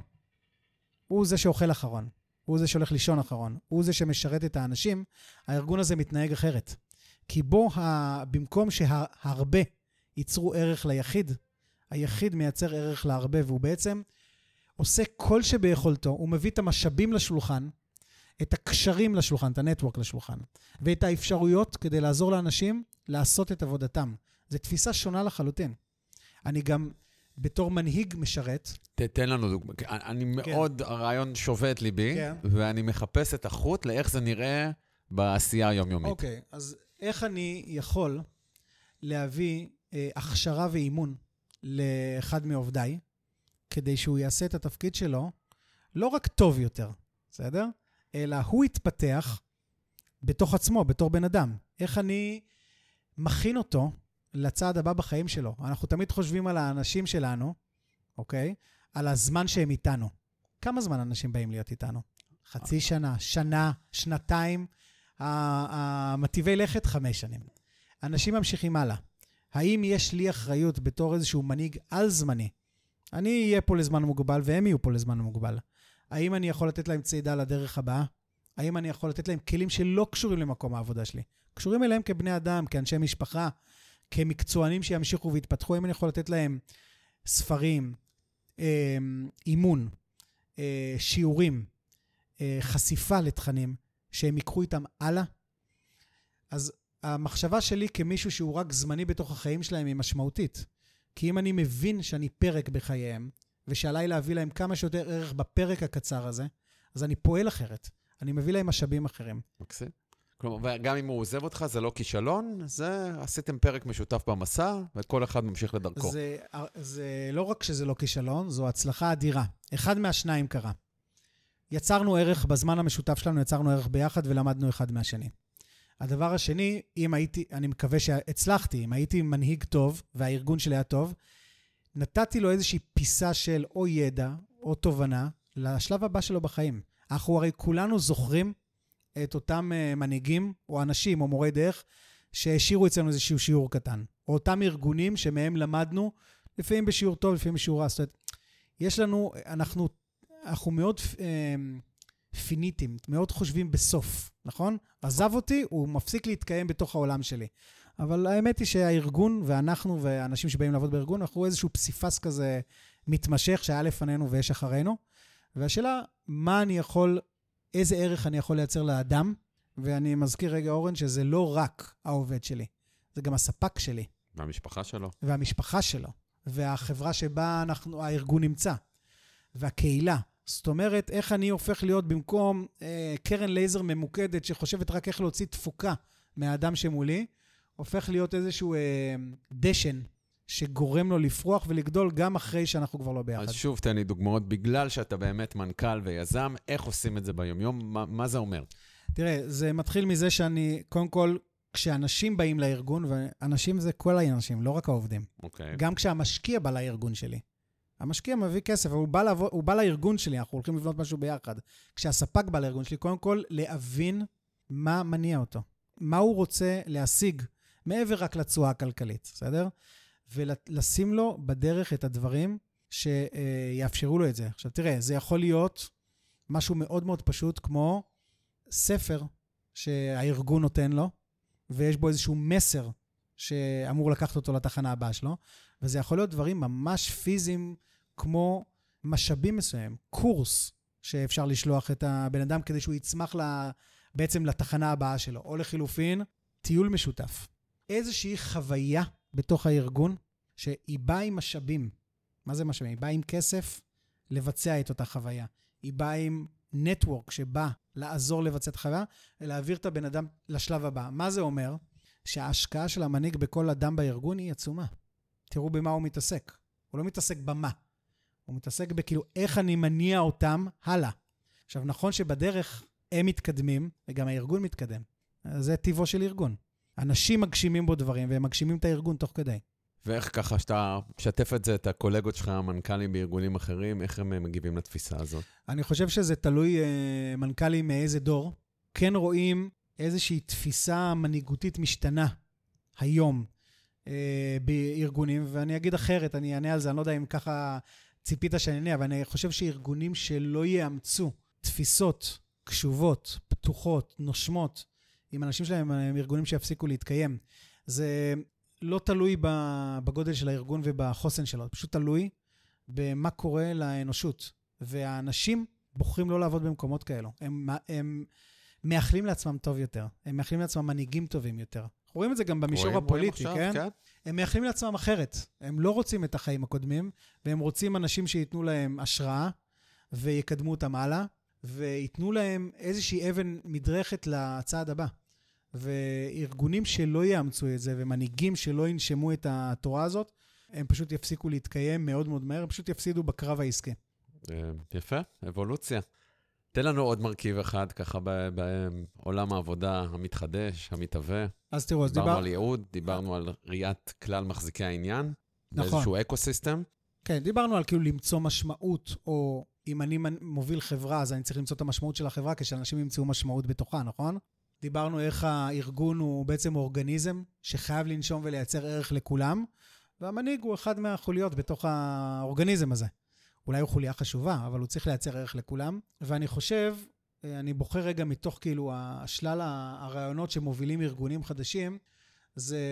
הוא זה שאוכל אחרון, הוא זה שהולך לישון אחרון, הוא זה שמשרת את האנשים, הארגון הזה מתנהג אחרת. כי בו, במקום שהרבה ייצרו ערך ליחיד, היחיד מייצר ערך להרבה, והוא בעצם עושה כל שביכולתו, הוא מביא את המשאבים לשולחן, את הקשרים לשולחן, את הנטוורק לשולחן, ואת האפשרויות כדי לעזור לאנשים לעשות את עבודתם. זו תפיסה שונה לחלוטין. אני גם בתור מנהיג משרת. תתן לנו דוגמה. אני מאוד, הרעיון שובה את ליבי, ואני מחפש את החוט לאיך זה נראה בעשייה היומיומית. אוקיי, אז איך אני יכול להביא הכשרה ואימון לאחד מעובדיי, כדי שהוא יעשה את התפקיד שלו, לא רק טוב יותר, בסדר? אלא הוא יתפתח בתוך עצמו, בתור בן אדם. איך אני מכין אותו לצעד הבא בחיים שלו. אנחנו תמיד חושבים על האנשים שלנו, אוקיי? על הזמן שהם איתנו. כמה זמן אנשים באים להיות איתנו? חצי שנה, שנה, שנתיים, המטיבי לכת חמש שנים. אנשים ממשיכים הלאה. האם יש לי אחריות בתור איזשהו מנהיג על זמני? אני אהיה פה לזמן מוגבל והם יהיו פה לזמן מוגבל. האם אני יכול לתת להם צעידה לדרך הבאה? האם אני יכול לתת להם כלים שלא קשורים למקום העבודה שלי? קשורים אליהם כבני אדם, כאנשי משפחה, כמקצוענים שימשיכו והתפתחו. האם אני יכול לתת להם ספרים, אימון, שיעורים, חשיפה לתכנים, שהם יקחו איתם הלאה? אז המחשבה שלי כמישהו שהוא רק זמני בתוך החיים שלהם היא משמעותית. כי אם אני מבין שאני פרק בחייהם, ושעליי להביא להם כמה שיותר ערך בפרק הקצר הזה, אז אני פועל אחרת. אני מביא להם משאבים אחרים. מקסים. כלומר, וגם אם הוא עוזב אותך, זה לא כישלון, זה עשיתם פרק משותף במסע, וכל אחד ממשיך לדרכו. זה, זה לא רק שזה לא כישלון, זו הצלחה אדירה. אחד מהשניים קרה. יצרנו ערך, בזמן המשותף שלנו יצרנו ערך ביחד ולמדנו אחד מהשני. הדבר השני, אם הייתי, אני מקווה שהצלחתי, אם הייתי מנהיג טוב והארגון שלי היה טוב, נתתי לו איזושהי פיסה של או ידע או תובנה לשלב הבא שלו בחיים. אנחנו הרי כולנו זוכרים את אותם מנהיגים או אנשים או מורי דרך שהשאירו אצלנו איזשהו שיעור קטן. או אותם ארגונים שמהם למדנו, לפעמים בשיעור טוב, לפעמים בשיעור רע. זאת אומרת, יש לנו, אנחנו, אנחנו מאוד אה, פיניטים, מאוד חושבים בסוף, נכון? עזב אותי, הוא מפסיק להתקיים בתוך העולם שלי. אבל האמת היא שהארגון ואנחנו והאנשים שבאים לעבוד בארגון, אנחנו איזשהו פסיפס כזה מתמשך שהיה לפנינו ויש אחרינו. והשאלה, מה אני יכול, איזה ערך אני יכול לייצר לאדם? ואני מזכיר רגע אורן שזה לא רק העובד שלי, זה גם הספק שלי. והמשפחה שלו. והמשפחה שלו. והחברה שבה אנחנו, הארגון נמצא. והקהילה. זאת אומרת, איך אני הופך להיות במקום אה, קרן לייזר ממוקדת שחושבת רק איך להוציא תפוקה מהאדם שמולי, הופך להיות איזשהו אה, דשן שגורם לו לפרוח ולגדול גם אחרי שאנחנו כבר לא ביחד. אז שוב, תן לי דוגמאות, בגלל שאתה באמת מנכ"ל ויזם, איך עושים את זה ביומיום? מה, מה זה אומר? תראה, זה מתחיל מזה שאני, קודם כל, כשאנשים באים לארגון, ואנשים זה כל האנשים, לא רק העובדים. אוקיי. גם כשהמשקיע בא לארגון שלי. המשקיע מביא כסף, הוא בא, לעבוד, הוא בא לארגון שלי, אנחנו הולכים לבנות משהו ביחד. כשהספק בא לארגון שלי, קודם כל, להבין מה מניע אותו. מה הוא רוצה להשיג, מעבר רק לצועה הכלכלית, בסדר? ולשים לו בדרך את הדברים שיאפשרו לו את זה. עכשיו, תראה, זה יכול להיות משהו מאוד מאוד פשוט, כמו ספר שהארגון נותן לו, ויש בו איזשהו מסר שאמור לקחת אותו לתחנה הבאה שלו, וזה יכול להיות דברים ממש פיזיים, כמו משאבים מסוים, קורס שאפשר לשלוח את הבן אדם כדי שהוא יצמח לה, בעצם לתחנה הבאה שלו, או לחילופין, טיול משותף. איזושהי חוויה בתוך הארגון, שהיא באה עם משאבים. מה זה משאבים? היא באה עם כסף לבצע את אותה חוויה. היא באה עם נטוורק שבא לעזור לבצע את החוויה, ולהעביר את הבן אדם לשלב הבא. מה זה אומר? שההשקעה של המנהיג בכל אדם בארגון היא עצומה. תראו במה הוא מתעסק. הוא לא מתעסק במה. הוא מתעסק בכאילו איך אני מניע אותם הלאה. עכשיו, נכון שבדרך הם מתקדמים, וגם הארגון מתקדם. זה טבעו של ארגון. אנשים מגשימים בו דברים, והם מגשימים את הארגון תוך כדי. ואיך ככה שאתה משתף את זה, את הקולגות שלך, המנכ"לים בארגונים אחרים, איך הם מגיבים לתפיסה הזאת? אני חושב שזה תלוי אה, מנכ"לים מאיזה דור. כן רואים איזושהי תפיסה מנהיגותית משתנה היום אה, בארגונים, ואני אגיד אחרת, אני אענה על זה, אני לא יודע אם ככה ציפית שאני אענה, אבל אני חושב שארגונים שלא יאמצו תפיסות קשובות, פתוחות, נושמות, עם אנשים שלהם, הם ארגונים שיפסיקו להתקיים. זה לא תלוי בגודל של הארגון ובחוסן שלו, זה פשוט תלוי במה קורה לאנושות. והאנשים בוחרים לא לעבוד במקומות כאלו. הם, הם מאחלים לעצמם טוב יותר. הם מאחלים לעצמם מנהיגים טובים יותר. אנחנו רואים את זה גם במישור רואים, הפוליטי, רואים עכשיו, כן? כן? הם מאחלים לעצמם אחרת. הם לא רוצים את החיים הקודמים, והם רוצים אנשים שיתנו להם השראה, ויקדמו אותם הלאה, ויתנו להם איזושהי אבן מדרכת לצעד הבא. וארגונים שלא יאמצו את זה, ומנהיגים שלא ינשמו את התורה הזאת, הם פשוט יפסיקו להתקיים מאוד מאוד מהר, הם פשוט יפסידו בקרב העסקי. יפה, אבולוציה. תן לנו עוד מרכיב אחד, ככה בעולם העבודה המתחדש, המתהווה. אז תראו, אז דיברנו דיבר... על ייעוד, דיברנו על ראיית כלל מחזיקי העניין, נכון. באיזשהו אקוסיסטם. כן, דיברנו על כאילו למצוא משמעות, או אם אני מוביל חברה, אז אני צריך למצוא את המשמעות של החברה, כשאנשים ימצאו משמעות בתוכה, נכון? דיברנו איך הארגון הוא בעצם אורגניזם, שחייב לנשום ולייצר ערך לכולם, והמנהיג הוא אחד מהחוליות בתוך האורגניזם הזה. אולי הוא חוליה חשובה, אבל הוא צריך לייצר ערך לכולם. ואני חושב, אני בוחר רגע מתוך כאילו השלל הרעיונות שמובילים ארגונים חדשים, זה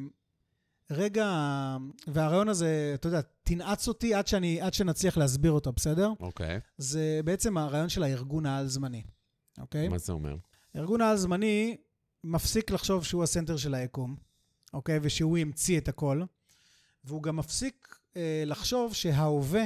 רגע, והרעיון הזה, אתה יודע, תנעץ אותי עד, שאני, עד שנצליח להסביר אותו, בסדר? אוקיי. Okay. זה בעצם הרעיון של הארגון העל-זמני. אוקיי? מה זה אומר? הארגון העל-זמני מפסיק לחשוב שהוא הסנטר של היקום, אוקיי? ושהוא ימציא את הכל, והוא גם מפסיק אה, לחשוב שההווה,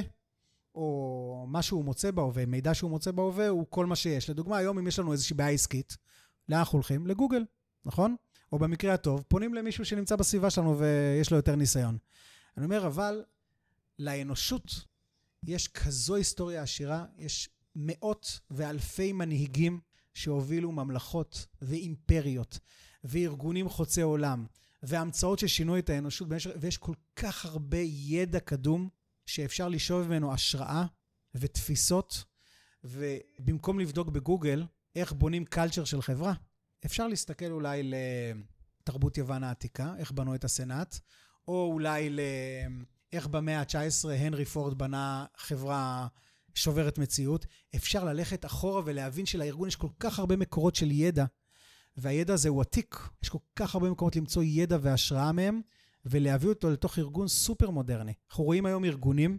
או מה שהוא מוצא בהווה, מידע שהוא מוצא בהווה, הוא כל מה שיש. לדוגמה, היום אם יש לנו איזושהי בעיה עסקית, לאן אנחנו הולכים? לגוגל, נכון? או במקרה הטוב, פונים למישהו שנמצא בסביבה שלנו ויש לו יותר ניסיון. אני אומר, אבל לאנושות יש כזו היסטוריה עשירה, יש מאות ואלפי מנהיגים שהובילו ממלכות ואימפריות וארגונים חוצי עולם והמצאות ששינו את האנושות, ויש כל כך הרבה ידע קדום שאפשר לשאוב ממנו השראה ותפיסות, ובמקום לבדוק בגוגל איך בונים קלצ'ר של חברה, אפשר להסתכל אולי לתרבות יוון העתיקה, איך בנו את הסנאט, או אולי לאיך במאה ה-תשע עשרה הנרי פורד בנה חברה שוברת מציאות. אפשר ללכת אחורה ולהבין שלארגון יש כל כך הרבה מקורות של ידע, והידע הזה הוא עתיק. יש כל כך הרבה מקומות למצוא ידע והשראה מהם, ולהביא אותו לתוך ארגון סופר מודרני. אנחנו רואים היום ארגונים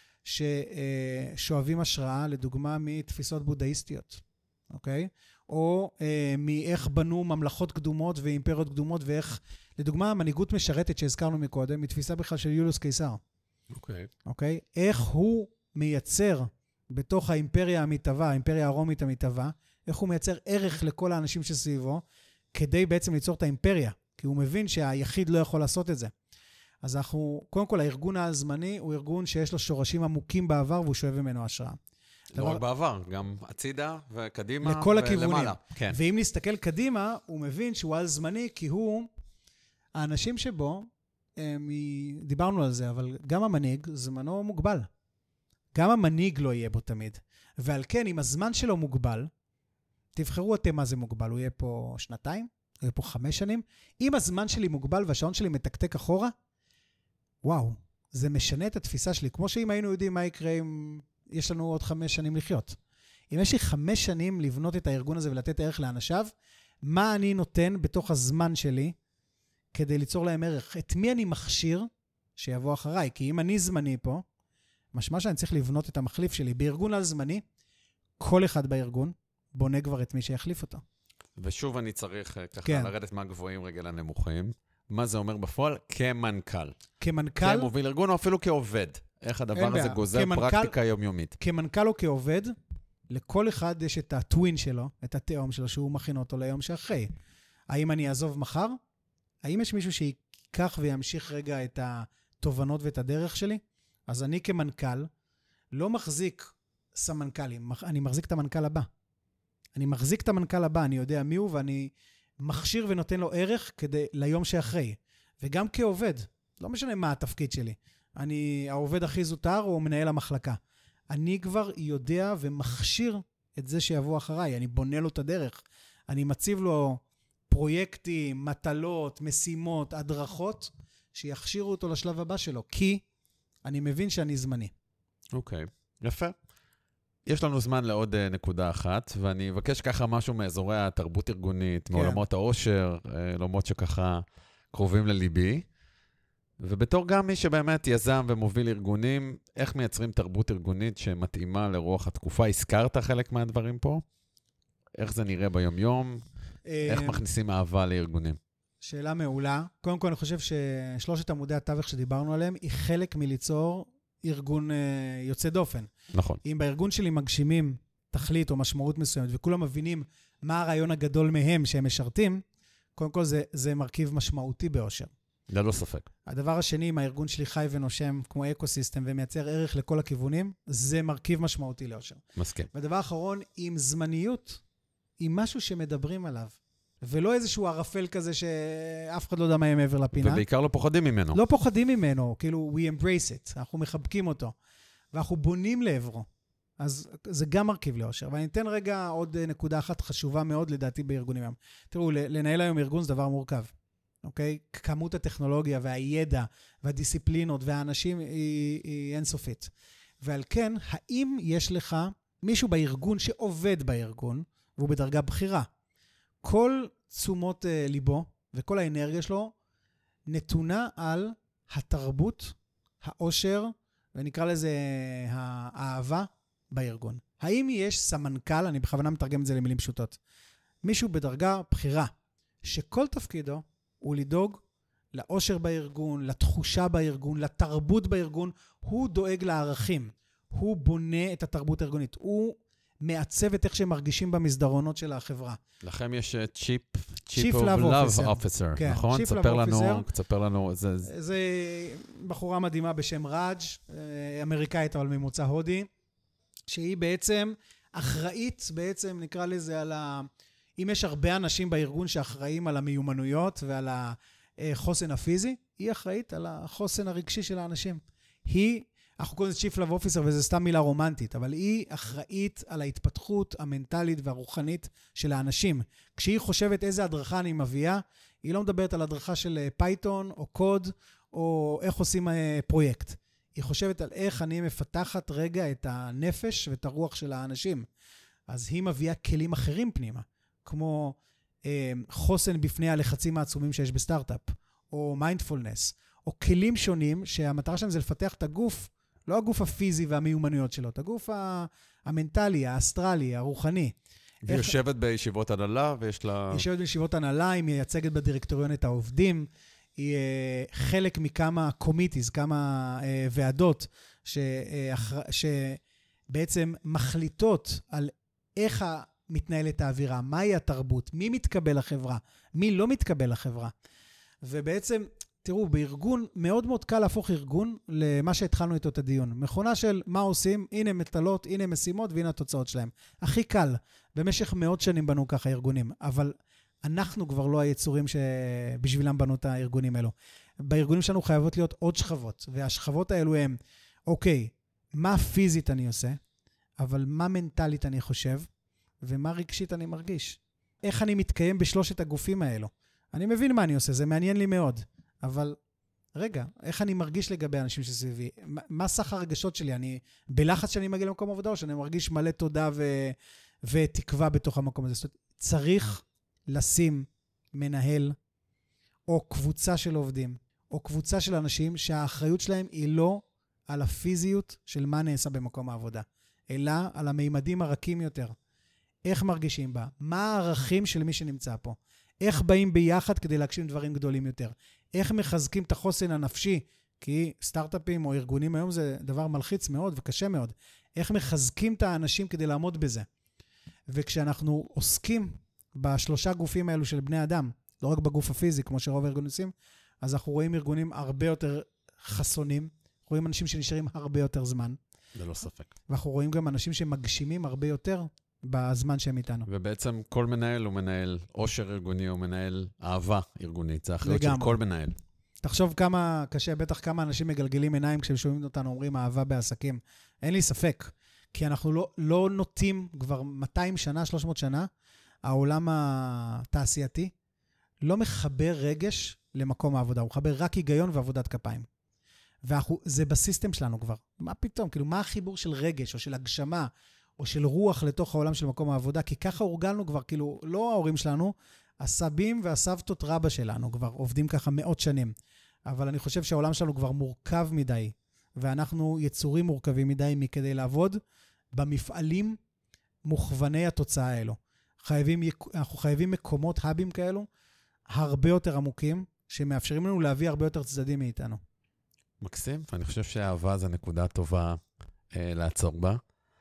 ששואבים השראה, לדוגמה, מתפיסות בודהיסטיות, אוקיי? או אה, מאיך בנו ממלכות קדומות ואימפריות קדומות, ואיך, לדוגמה, המנהיגות משרתת שהזכרנו מקודם, מתפיסה בכלל של יוליוס קיסר. אוקיי. אוקיי? איך הוא מייצר בתוך האימפריה המתהווה, האימפריה הרומית המתהווה, איך הוא מייצר ערך לכל האנשים שסביבו, כדי בעצם ליצור את האימפריה, כי הוא מבין שהיחיד לא יכול לעשות את זה. אז אנחנו, קודם כל, הארגון הזמני הוא ארגון שיש לו שורשים עמוקים בעבר, והוא שואב ממנו השראה. לא רק בעבר, גם הצידה וקדימה לכל הכיוונים. ולמעלה. כן. ואם נסתכל קדימה, הוא מבין שהוא על זמני, כי הוא, האנשים שבו, הם, דיברנו על זה, אבל גם המנהיג, זמנו מוגבל. גם המנהיג לא יהיה בו תמיד. ועל כן, אם הזמן שלו מוגבל, תבחרו אתם מה זה מוגבל. הוא יהיה פה שנתיים, הוא יהיה פה חמש שנים. אם הזמן שלי מוגבל והשעון שלי מתקתק אחורה, וואו, זה משנה את התפיסה שלי. כמו שאם היינו יודעים מה יקרה אם יש לנו עוד חמש שנים לחיות. אם יש לי חמש שנים לבנות את הארגון הזה ולתת ערך לאנשיו, מה אני נותן בתוך הזמן שלי כדי ליצור להם ערך? את מי אני מכשיר שיבוא אחריי? כי אם אני זמני פה, משמע שאני צריך לבנות את המחליף שלי. בארגון על זמני, כל אחד בארגון בונה כבר את מי שיחליף אותו. ושוב אני צריך ככה כן. לרדת מהגבוהים רגע לנמוכים. מה זה אומר בפועל? כמנכ"ל. כמנכ"ל... כמוביל ארגון או אפילו כעובד. איך הדבר הזה גוזר כמנכ"ל, פרקטיקה יומיומית? כמנכ"ל או כעובד, לכל אחד יש את הטווין שלו, את התאום שלו, שהוא מכין אותו ליום שאחרי. האם אני אעזוב מחר? האם יש מישהו שיקח וימשיך רגע את התובנות ואת הדרך שלי? אז אני כמנכ"ל לא מחזיק סמנכ"לים, אני מחזיק את המנכ"ל הבא. אני מחזיק את המנכ"ל הבא, אני יודע מי הוא, ואני מכשיר ונותן לו ערך כדי, ליום שאחרי. וגם כעובד, לא משנה מה התפקיד שלי. אני העובד הכי זוטר או מנהל המחלקה. אני כבר יודע ומכשיר את זה שיבוא אחריי. אני בונה לו את הדרך. אני מציב לו פרויקטים, מטלות, משימות, הדרכות, שיכשירו אותו לשלב הבא שלו. כי אני מבין שאני זמני. אוקיי, יפה. יש לנו זמן לעוד uh, נקודה אחת, ואני אבקש ככה משהו מאזורי התרבות ארגונית, כן. מעולמות העושר, עולמות שככה קרובים לליבי. ובתור גם מי שבאמת יזם ומוביל ארגונים, איך מייצרים תרבות ארגונית שמתאימה לרוח התקופה? הזכרת חלק מהדברים פה? איך זה נראה ביום-יום? איך מכניסים אהבה לארגונים? שאלה מעולה. קודם כל אני חושב ששלושת עמודי התווך שדיברנו עליהם, היא חלק מליצור ארגון יוצא דופן. נכון. אם בארגון שלי מגשימים תכלית או משמעות מסוימת, וכולם מבינים מה הרעיון הגדול מהם שהם משרתים, קודם כל זה, זה מרכיב משמעותי באושר. ללא ספק. הדבר השני, אם הארגון שלי חי ונושם כמו אקוסיסטם ומייצר ערך לכל הכיוונים, זה מרכיב משמעותי לאושר. מסכים. ודבר אחרון, עם זמניות, עם משהו שמדברים עליו, ולא איזשהו ערפל כזה שאף אחד לא יודע מה יהיה מעבר לפינה. ובעיקר לא פוחדים ממנו. לא פוחדים ממנו, כאילו we embrace it, אנחנו מחבקים אותו, ואנחנו בונים לעברו. אז זה גם מרכיב לאושר. ואני אתן רגע עוד נקודה אחת חשובה מאוד לדעתי בארגונים היום. תראו, לנהל היום ארגון זה דבר מורכב. אוקיי? כמות הטכנולוגיה והידע והדיסציפלינות והאנשים היא, היא אינסופית. ועל כן, האם יש לך מישהו בארגון שעובד בארגון, והוא בדרגה בחירה, כל תשומות uh, ליבו וכל האנרגיה שלו נתונה על התרבות, האושר, ונקרא לזה האהבה בארגון. האם יש סמנכ"ל, אני בכוונה מתרגם את זה למילים פשוטות, מישהו בדרגה בחירה, שכל תפקידו הוא לדאוג לאושר בארגון, לתחושה בארגון, לתרבות בארגון, הוא דואג לערכים, הוא בונה את התרבות הארגונית, הוא מעצבת איך שהם מרגישים במסדרונות של החברה. לכם יש צ'יפ, צ'יפ of love officer, נכון? תספר לנו, תספר לנו. זה בחורה מדהימה בשם ראג', אמריקאית אבל ממוצא הודי, שהיא בעצם אחראית, בעצם נקרא לזה על ה... אם יש הרבה אנשים בארגון שאחראים על המיומנויות ועל החוסן הפיזי, היא אחראית על החוסן הרגשי של האנשים. היא, אנחנו קוראים לזה Chief Love Officer, וזו סתם מילה רומנטית, אבל היא אחראית על ההתפתחות המנטלית והרוחנית של האנשים. כשהיא חושבת איזה הדרכה אני מביאה, היא לא מדברת על הדרכה של פייתון או קוד, או איך עושים פרויקט. היא חושבת על איך אני מפתחת רגע את הנפש ואת הרוח של האנשים. אז היא מביאה כלים אחרים פנימה, כמו אה, חוסן בפני הלחצים העצומים שיש בסטארט-אפ, או מיינדפולנס, או כלים שונים שהמטרה שלהם זה לפתח את הגוף, לא הגוף הפיזי והמיומנויות שלו, את הגוף המנטלי, האסטרלי, הרוחני. היא יושבת איך... בישיבות הנהלה, ויש לה... היא יושבת בישיבות הנהלה, היא מייצגת בדירקטוריון את העובדים, היא uh, חלק מכמה קומיטיז, כמה uh, ועדות, ש, uh, שבעצם מחליטות על איך מתנהלת האווירה, מהי התרבות, מי מתקבל לחברה, מי לא מתקבל לחברה. ובעצם, תראו, בארגון, מאוד מאוד קל להפוך ארגון למה שהתחלנו איתו את הדיון. מכונה של מה עושים, הנה מטלות, הנה משימות, והנה התוצאות שלהם. הכי קל, במשך מאות שנים בנו ככה ארגונים, אבל אנחנו כבר לא היצורים שבשבילם בנו את הארגונים האלו. בארגונים שלנו חייבות להיות עוד שכבות, והשכבות האלו הם, אוקיי, מה פיזית אני עושה, אבל מה מנטלית אני חושב, ומה רגשית אני מרגיש. איך אני מתקיים בשלושת הגופים האלו. אני מבין מה אני עושה, זה מעניין לי מאוד, אבל רגע, איך אני מרגיש לגבי אנשים שסביבי? מה, מה סך הרגשות שלי? אני בלחץ שאני מגיע למקום עבודה, או שאני מרגיש מלא תודה ו, ותקווה בתוך המקום הזה? זאת אומרת, צריך לשים מנהל, או קבוצה של עובדים, או קבוצה של אנשים שהאחריות שלהם היא לא על הפיזיות של מה נעשה במקום העבודה, אלא על המימדים הרכים יותר. איך מרגישים בה? מה הערכים של מי שנמצא פה? איך באים ביחד כדי להגשים דברים גדולים יותר? איך מחזקים את החוסן הנפשי? כי סטארט-אפים או ארגונים היום זה דבר מלחיץ מאוד וקשה מאוד. איך מחזקים את האנשים כדי לעמוד בזה? וכשאנחנו עוסקים בשלושה גופים האלו של בני אדם, לא רק בגוף הפיזי, כמו שרוב הארגונים עושים, אז אנחנו רואים ארגונים הרבה יותר חסונים, רואים אנשים שנשארים הרבה יותר זמן. זה לא ספק. ואנחנו רואים גם אנשים שמגשימים הרבה יותר בזמן שהם איתנו. ובעצם כל מנהל הוא מנהל עושר ארגוני, הוא מנהל אהבה ארגונית. זה אחריות של כל מנהל. תחשוב כמה קשה, בטח כמה אנשים מגלגלים עיניים כשהם שומעים אותנו, אומרים אהבה בעסקים. אין לי ספק, כי אנחנו לא, לא נוטים כבר מאתיים שנה, שלוש מאות שנה, העולם התעשייתי לא מחבר רגש למקום העבודה, הוא מחבר רק היגיון ועבודת כפיים. וזה בסיסטם שלנו כבר. מה פתאום? כאילו, מה החיבור של רגש או של הגשמה או של רוח לתוך העולם של מקום העבודה? כי ככה הורגלנו כבר, כאילו, לא ההורים שלנו, הסבים והסבתות רבא שלנו כבר עובדים ככה מאות שנים. אבל אני חושב שהעולם שלנו כבר מורכב מדי, ואנחנו יצורים מורכבים מדי מכדי לעבוד במפעלים מוכווני התוצאה האלו. חייבים, אנחנו חייבים מקומות, האבים כאלו, הרבה יותר עמוקים, שמאפשרים לנו להביא הרבה יותר צדדים מאיתנו. מקסים, ואני חושב שהאהבה זו נקודה טובה אה, לעצור בה,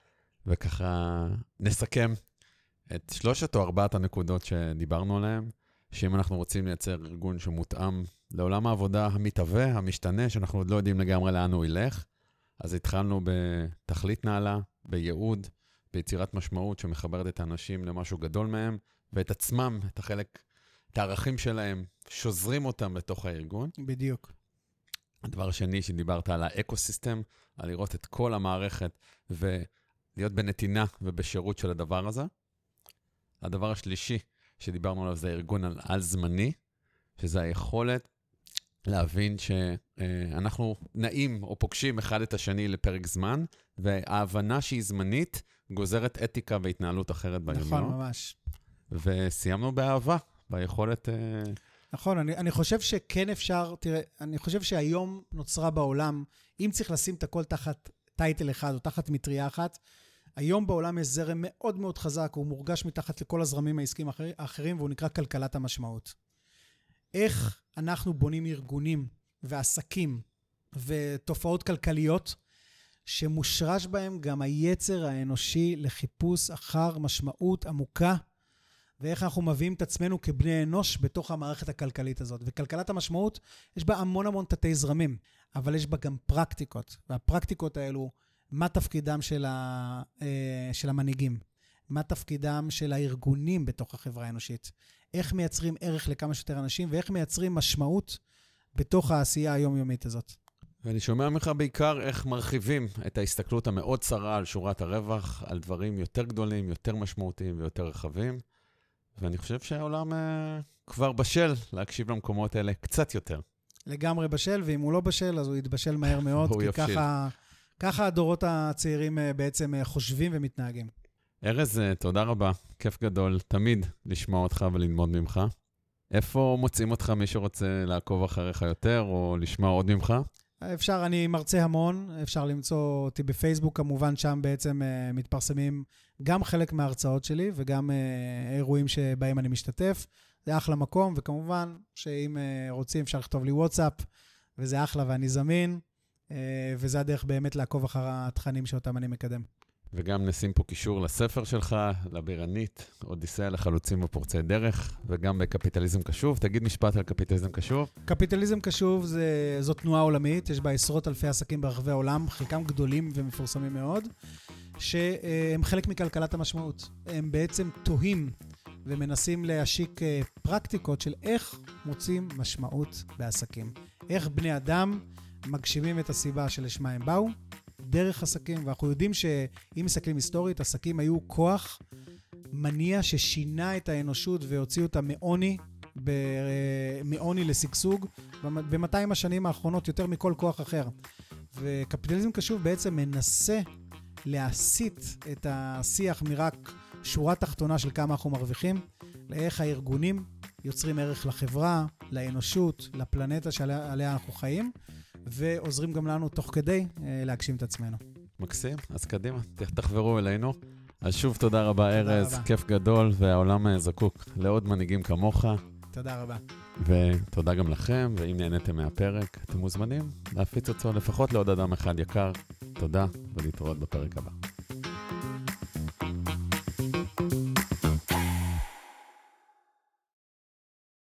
וככה נסכם את שלושת או ארבעת הנקודות שדיברנו עליהן, שאם אנחנו רוצים לייצר ארגון שמותאם לעולם העבודה המתהווה, המשתנה, שאנחנו עוד לא יודעים לגמרי לאן הוא ילך, אז התחלנו בתכלית נעלה, בייעוד, ביצירת משמעות שמחברת את האנשים למשהו גדול מהם, ואת עצמם, את החלק, את הערכים שלהם, שוזרים אותם לתוך הארגון. בדיוק. הדבר השני שדיברת על האקוסיסטם, על לראות את כל המערכת ולהיות בנתינה ובשירות של הדבר הזה. הדבר השלישי שדיברנו עליו זה הארגון על זמני, שזה היכולת להבין שאנחנו נעים או פוגשים אחד את השני לפרק זמן, וההבנה שהיא זמנית גוזרת אתיקה והתנהלות אחרת ביום. נכון, ממש. וסיימנו באהבה, ביכולת... נכון, אני, אני חושב שכן אפשר, תראה, אני חושב שהיום נוצרה בעולם, אם צריך לשים את הכל תחת טייטל אחד או תחת מטריה אחת, היום בעולם יש זרם מאוד מאוד חזק, הוא מורגש מתחת לכל הזרמים העסקיים האחר, האחרים, והוא נקרא כלכלת המשמעות. איך אנחנו בונים ארגונים ועסקים ותופעות כלכליות שמושרש בהם גם היצר האנושי לחיפוש אחר משמעות עמוקה, ואיך אנחנו מביאים את עצמנו כבני אנוש בתוך המערכת הכלכלית הזאת. וכלכלת המשמעות, יש בה המון המון תתי זרמים, אבל יש בה גם פרקטיקות, והפרקטיקות האלו, מה תפקידם של, ה, של המנהיגים? מה תפקידם של הארגונים בתוך החברה האנושית? איך מייצרים ערך לכמה שיותר אנשים, ואיך מייצרים משמעות בתוך העשייה היומיומית הזאת. ואני שומע ממך בעיקר איך מרחיבים את ההסתכלות המאוד צרה על שורת הרווח, על דברים יותר גדולים, יותר משמעותיים ויותר רחבים, ואני חושב שהעולם אה, כבר בשל להקשיב למקומות האלה קצת יותר. לגמרי בשל, ואם הוא לא בשל, אז הוא יתבשל מהר מאוד, כי ככה, ככה הדורות הצעירים בעצם חושבים ומתנהגים. ארז, תודה רבה, כיף גדול, תמיד לשמוע אותך וללמוד ממך. איפה מוצאים אותך מי שרוצה לעקוב אחריך יותר, או לשמוע עוד ממך? אפשר, אני מרצה המון, אפשר למצוא אותי בפייסבוק, כמובן שם בעצם uh, מתפרסמים גם חלק מההרצאות שלי, וגם uh, אירועים שבהם אני משתתף. זה אחלה מקום, וכמובן שאם uh, רוצים אפשר לכתוב לי וואטסאפ, וזה אחלה ואני זמין, uh, וזה הדרך באמת לעקוב אחר התכנים שאותם אני מקדם. וגם נשים פה קישור לספר שלך, לבירנית, אודיסאה לחלוצים ופורצי דרך, וגם בקפיטליזם קשוב. תגיד משפט על קפיטליזם קשוב. קפיטליזם קשוב זה, זו תנועה עולמית, יש בה עשרות אלפי עסקים ברחבי העולם, חלקם גדולים ומפורסמים מאוד, שהם חלק מכלכלת המשמעות. הם בעצם תוהים ומנסים להשיק פרקטיקות של איך מוצאים משמעות בעסקים. איך בני אדם מגשימים את הסיבה שלשמה הם באו, דרך עסקים, ואנחנו יודעים שאם מסתכלים היסטורית, עסקים היו כוח מניע ששינה את האנושות והוציא אותה מעוני, מעוני לסגסוג, ב-מאתיים השנים האחרונות יותר מכל כוח אחר. וקפיטליזם קשוב בעצם מנסה להסיט את השיח מרק שורה תחתונה של כמה אנחנו מרוויחים, לאיך הארגונים יוצרים ערך לחברה, לאנושות, לפלנטה שעליה אנחנו חיים, ועוזרים גם לנו תוך כדי להגשים את עצמנו. מקסים, אז קדימה, תחברו אלינו. אז שוב תודה רבה ארז, רבה. כיף גדול, והעולם זקוק לעוד מנהיגים כמוך. תודה רבה. ותודה גם לכם, ואם נהניתם מהפרק, אתם מוזמנים להפיץ אותו לפחות לעוד אדם אחד יקר. תודה, ולהתראות בפרק הבא.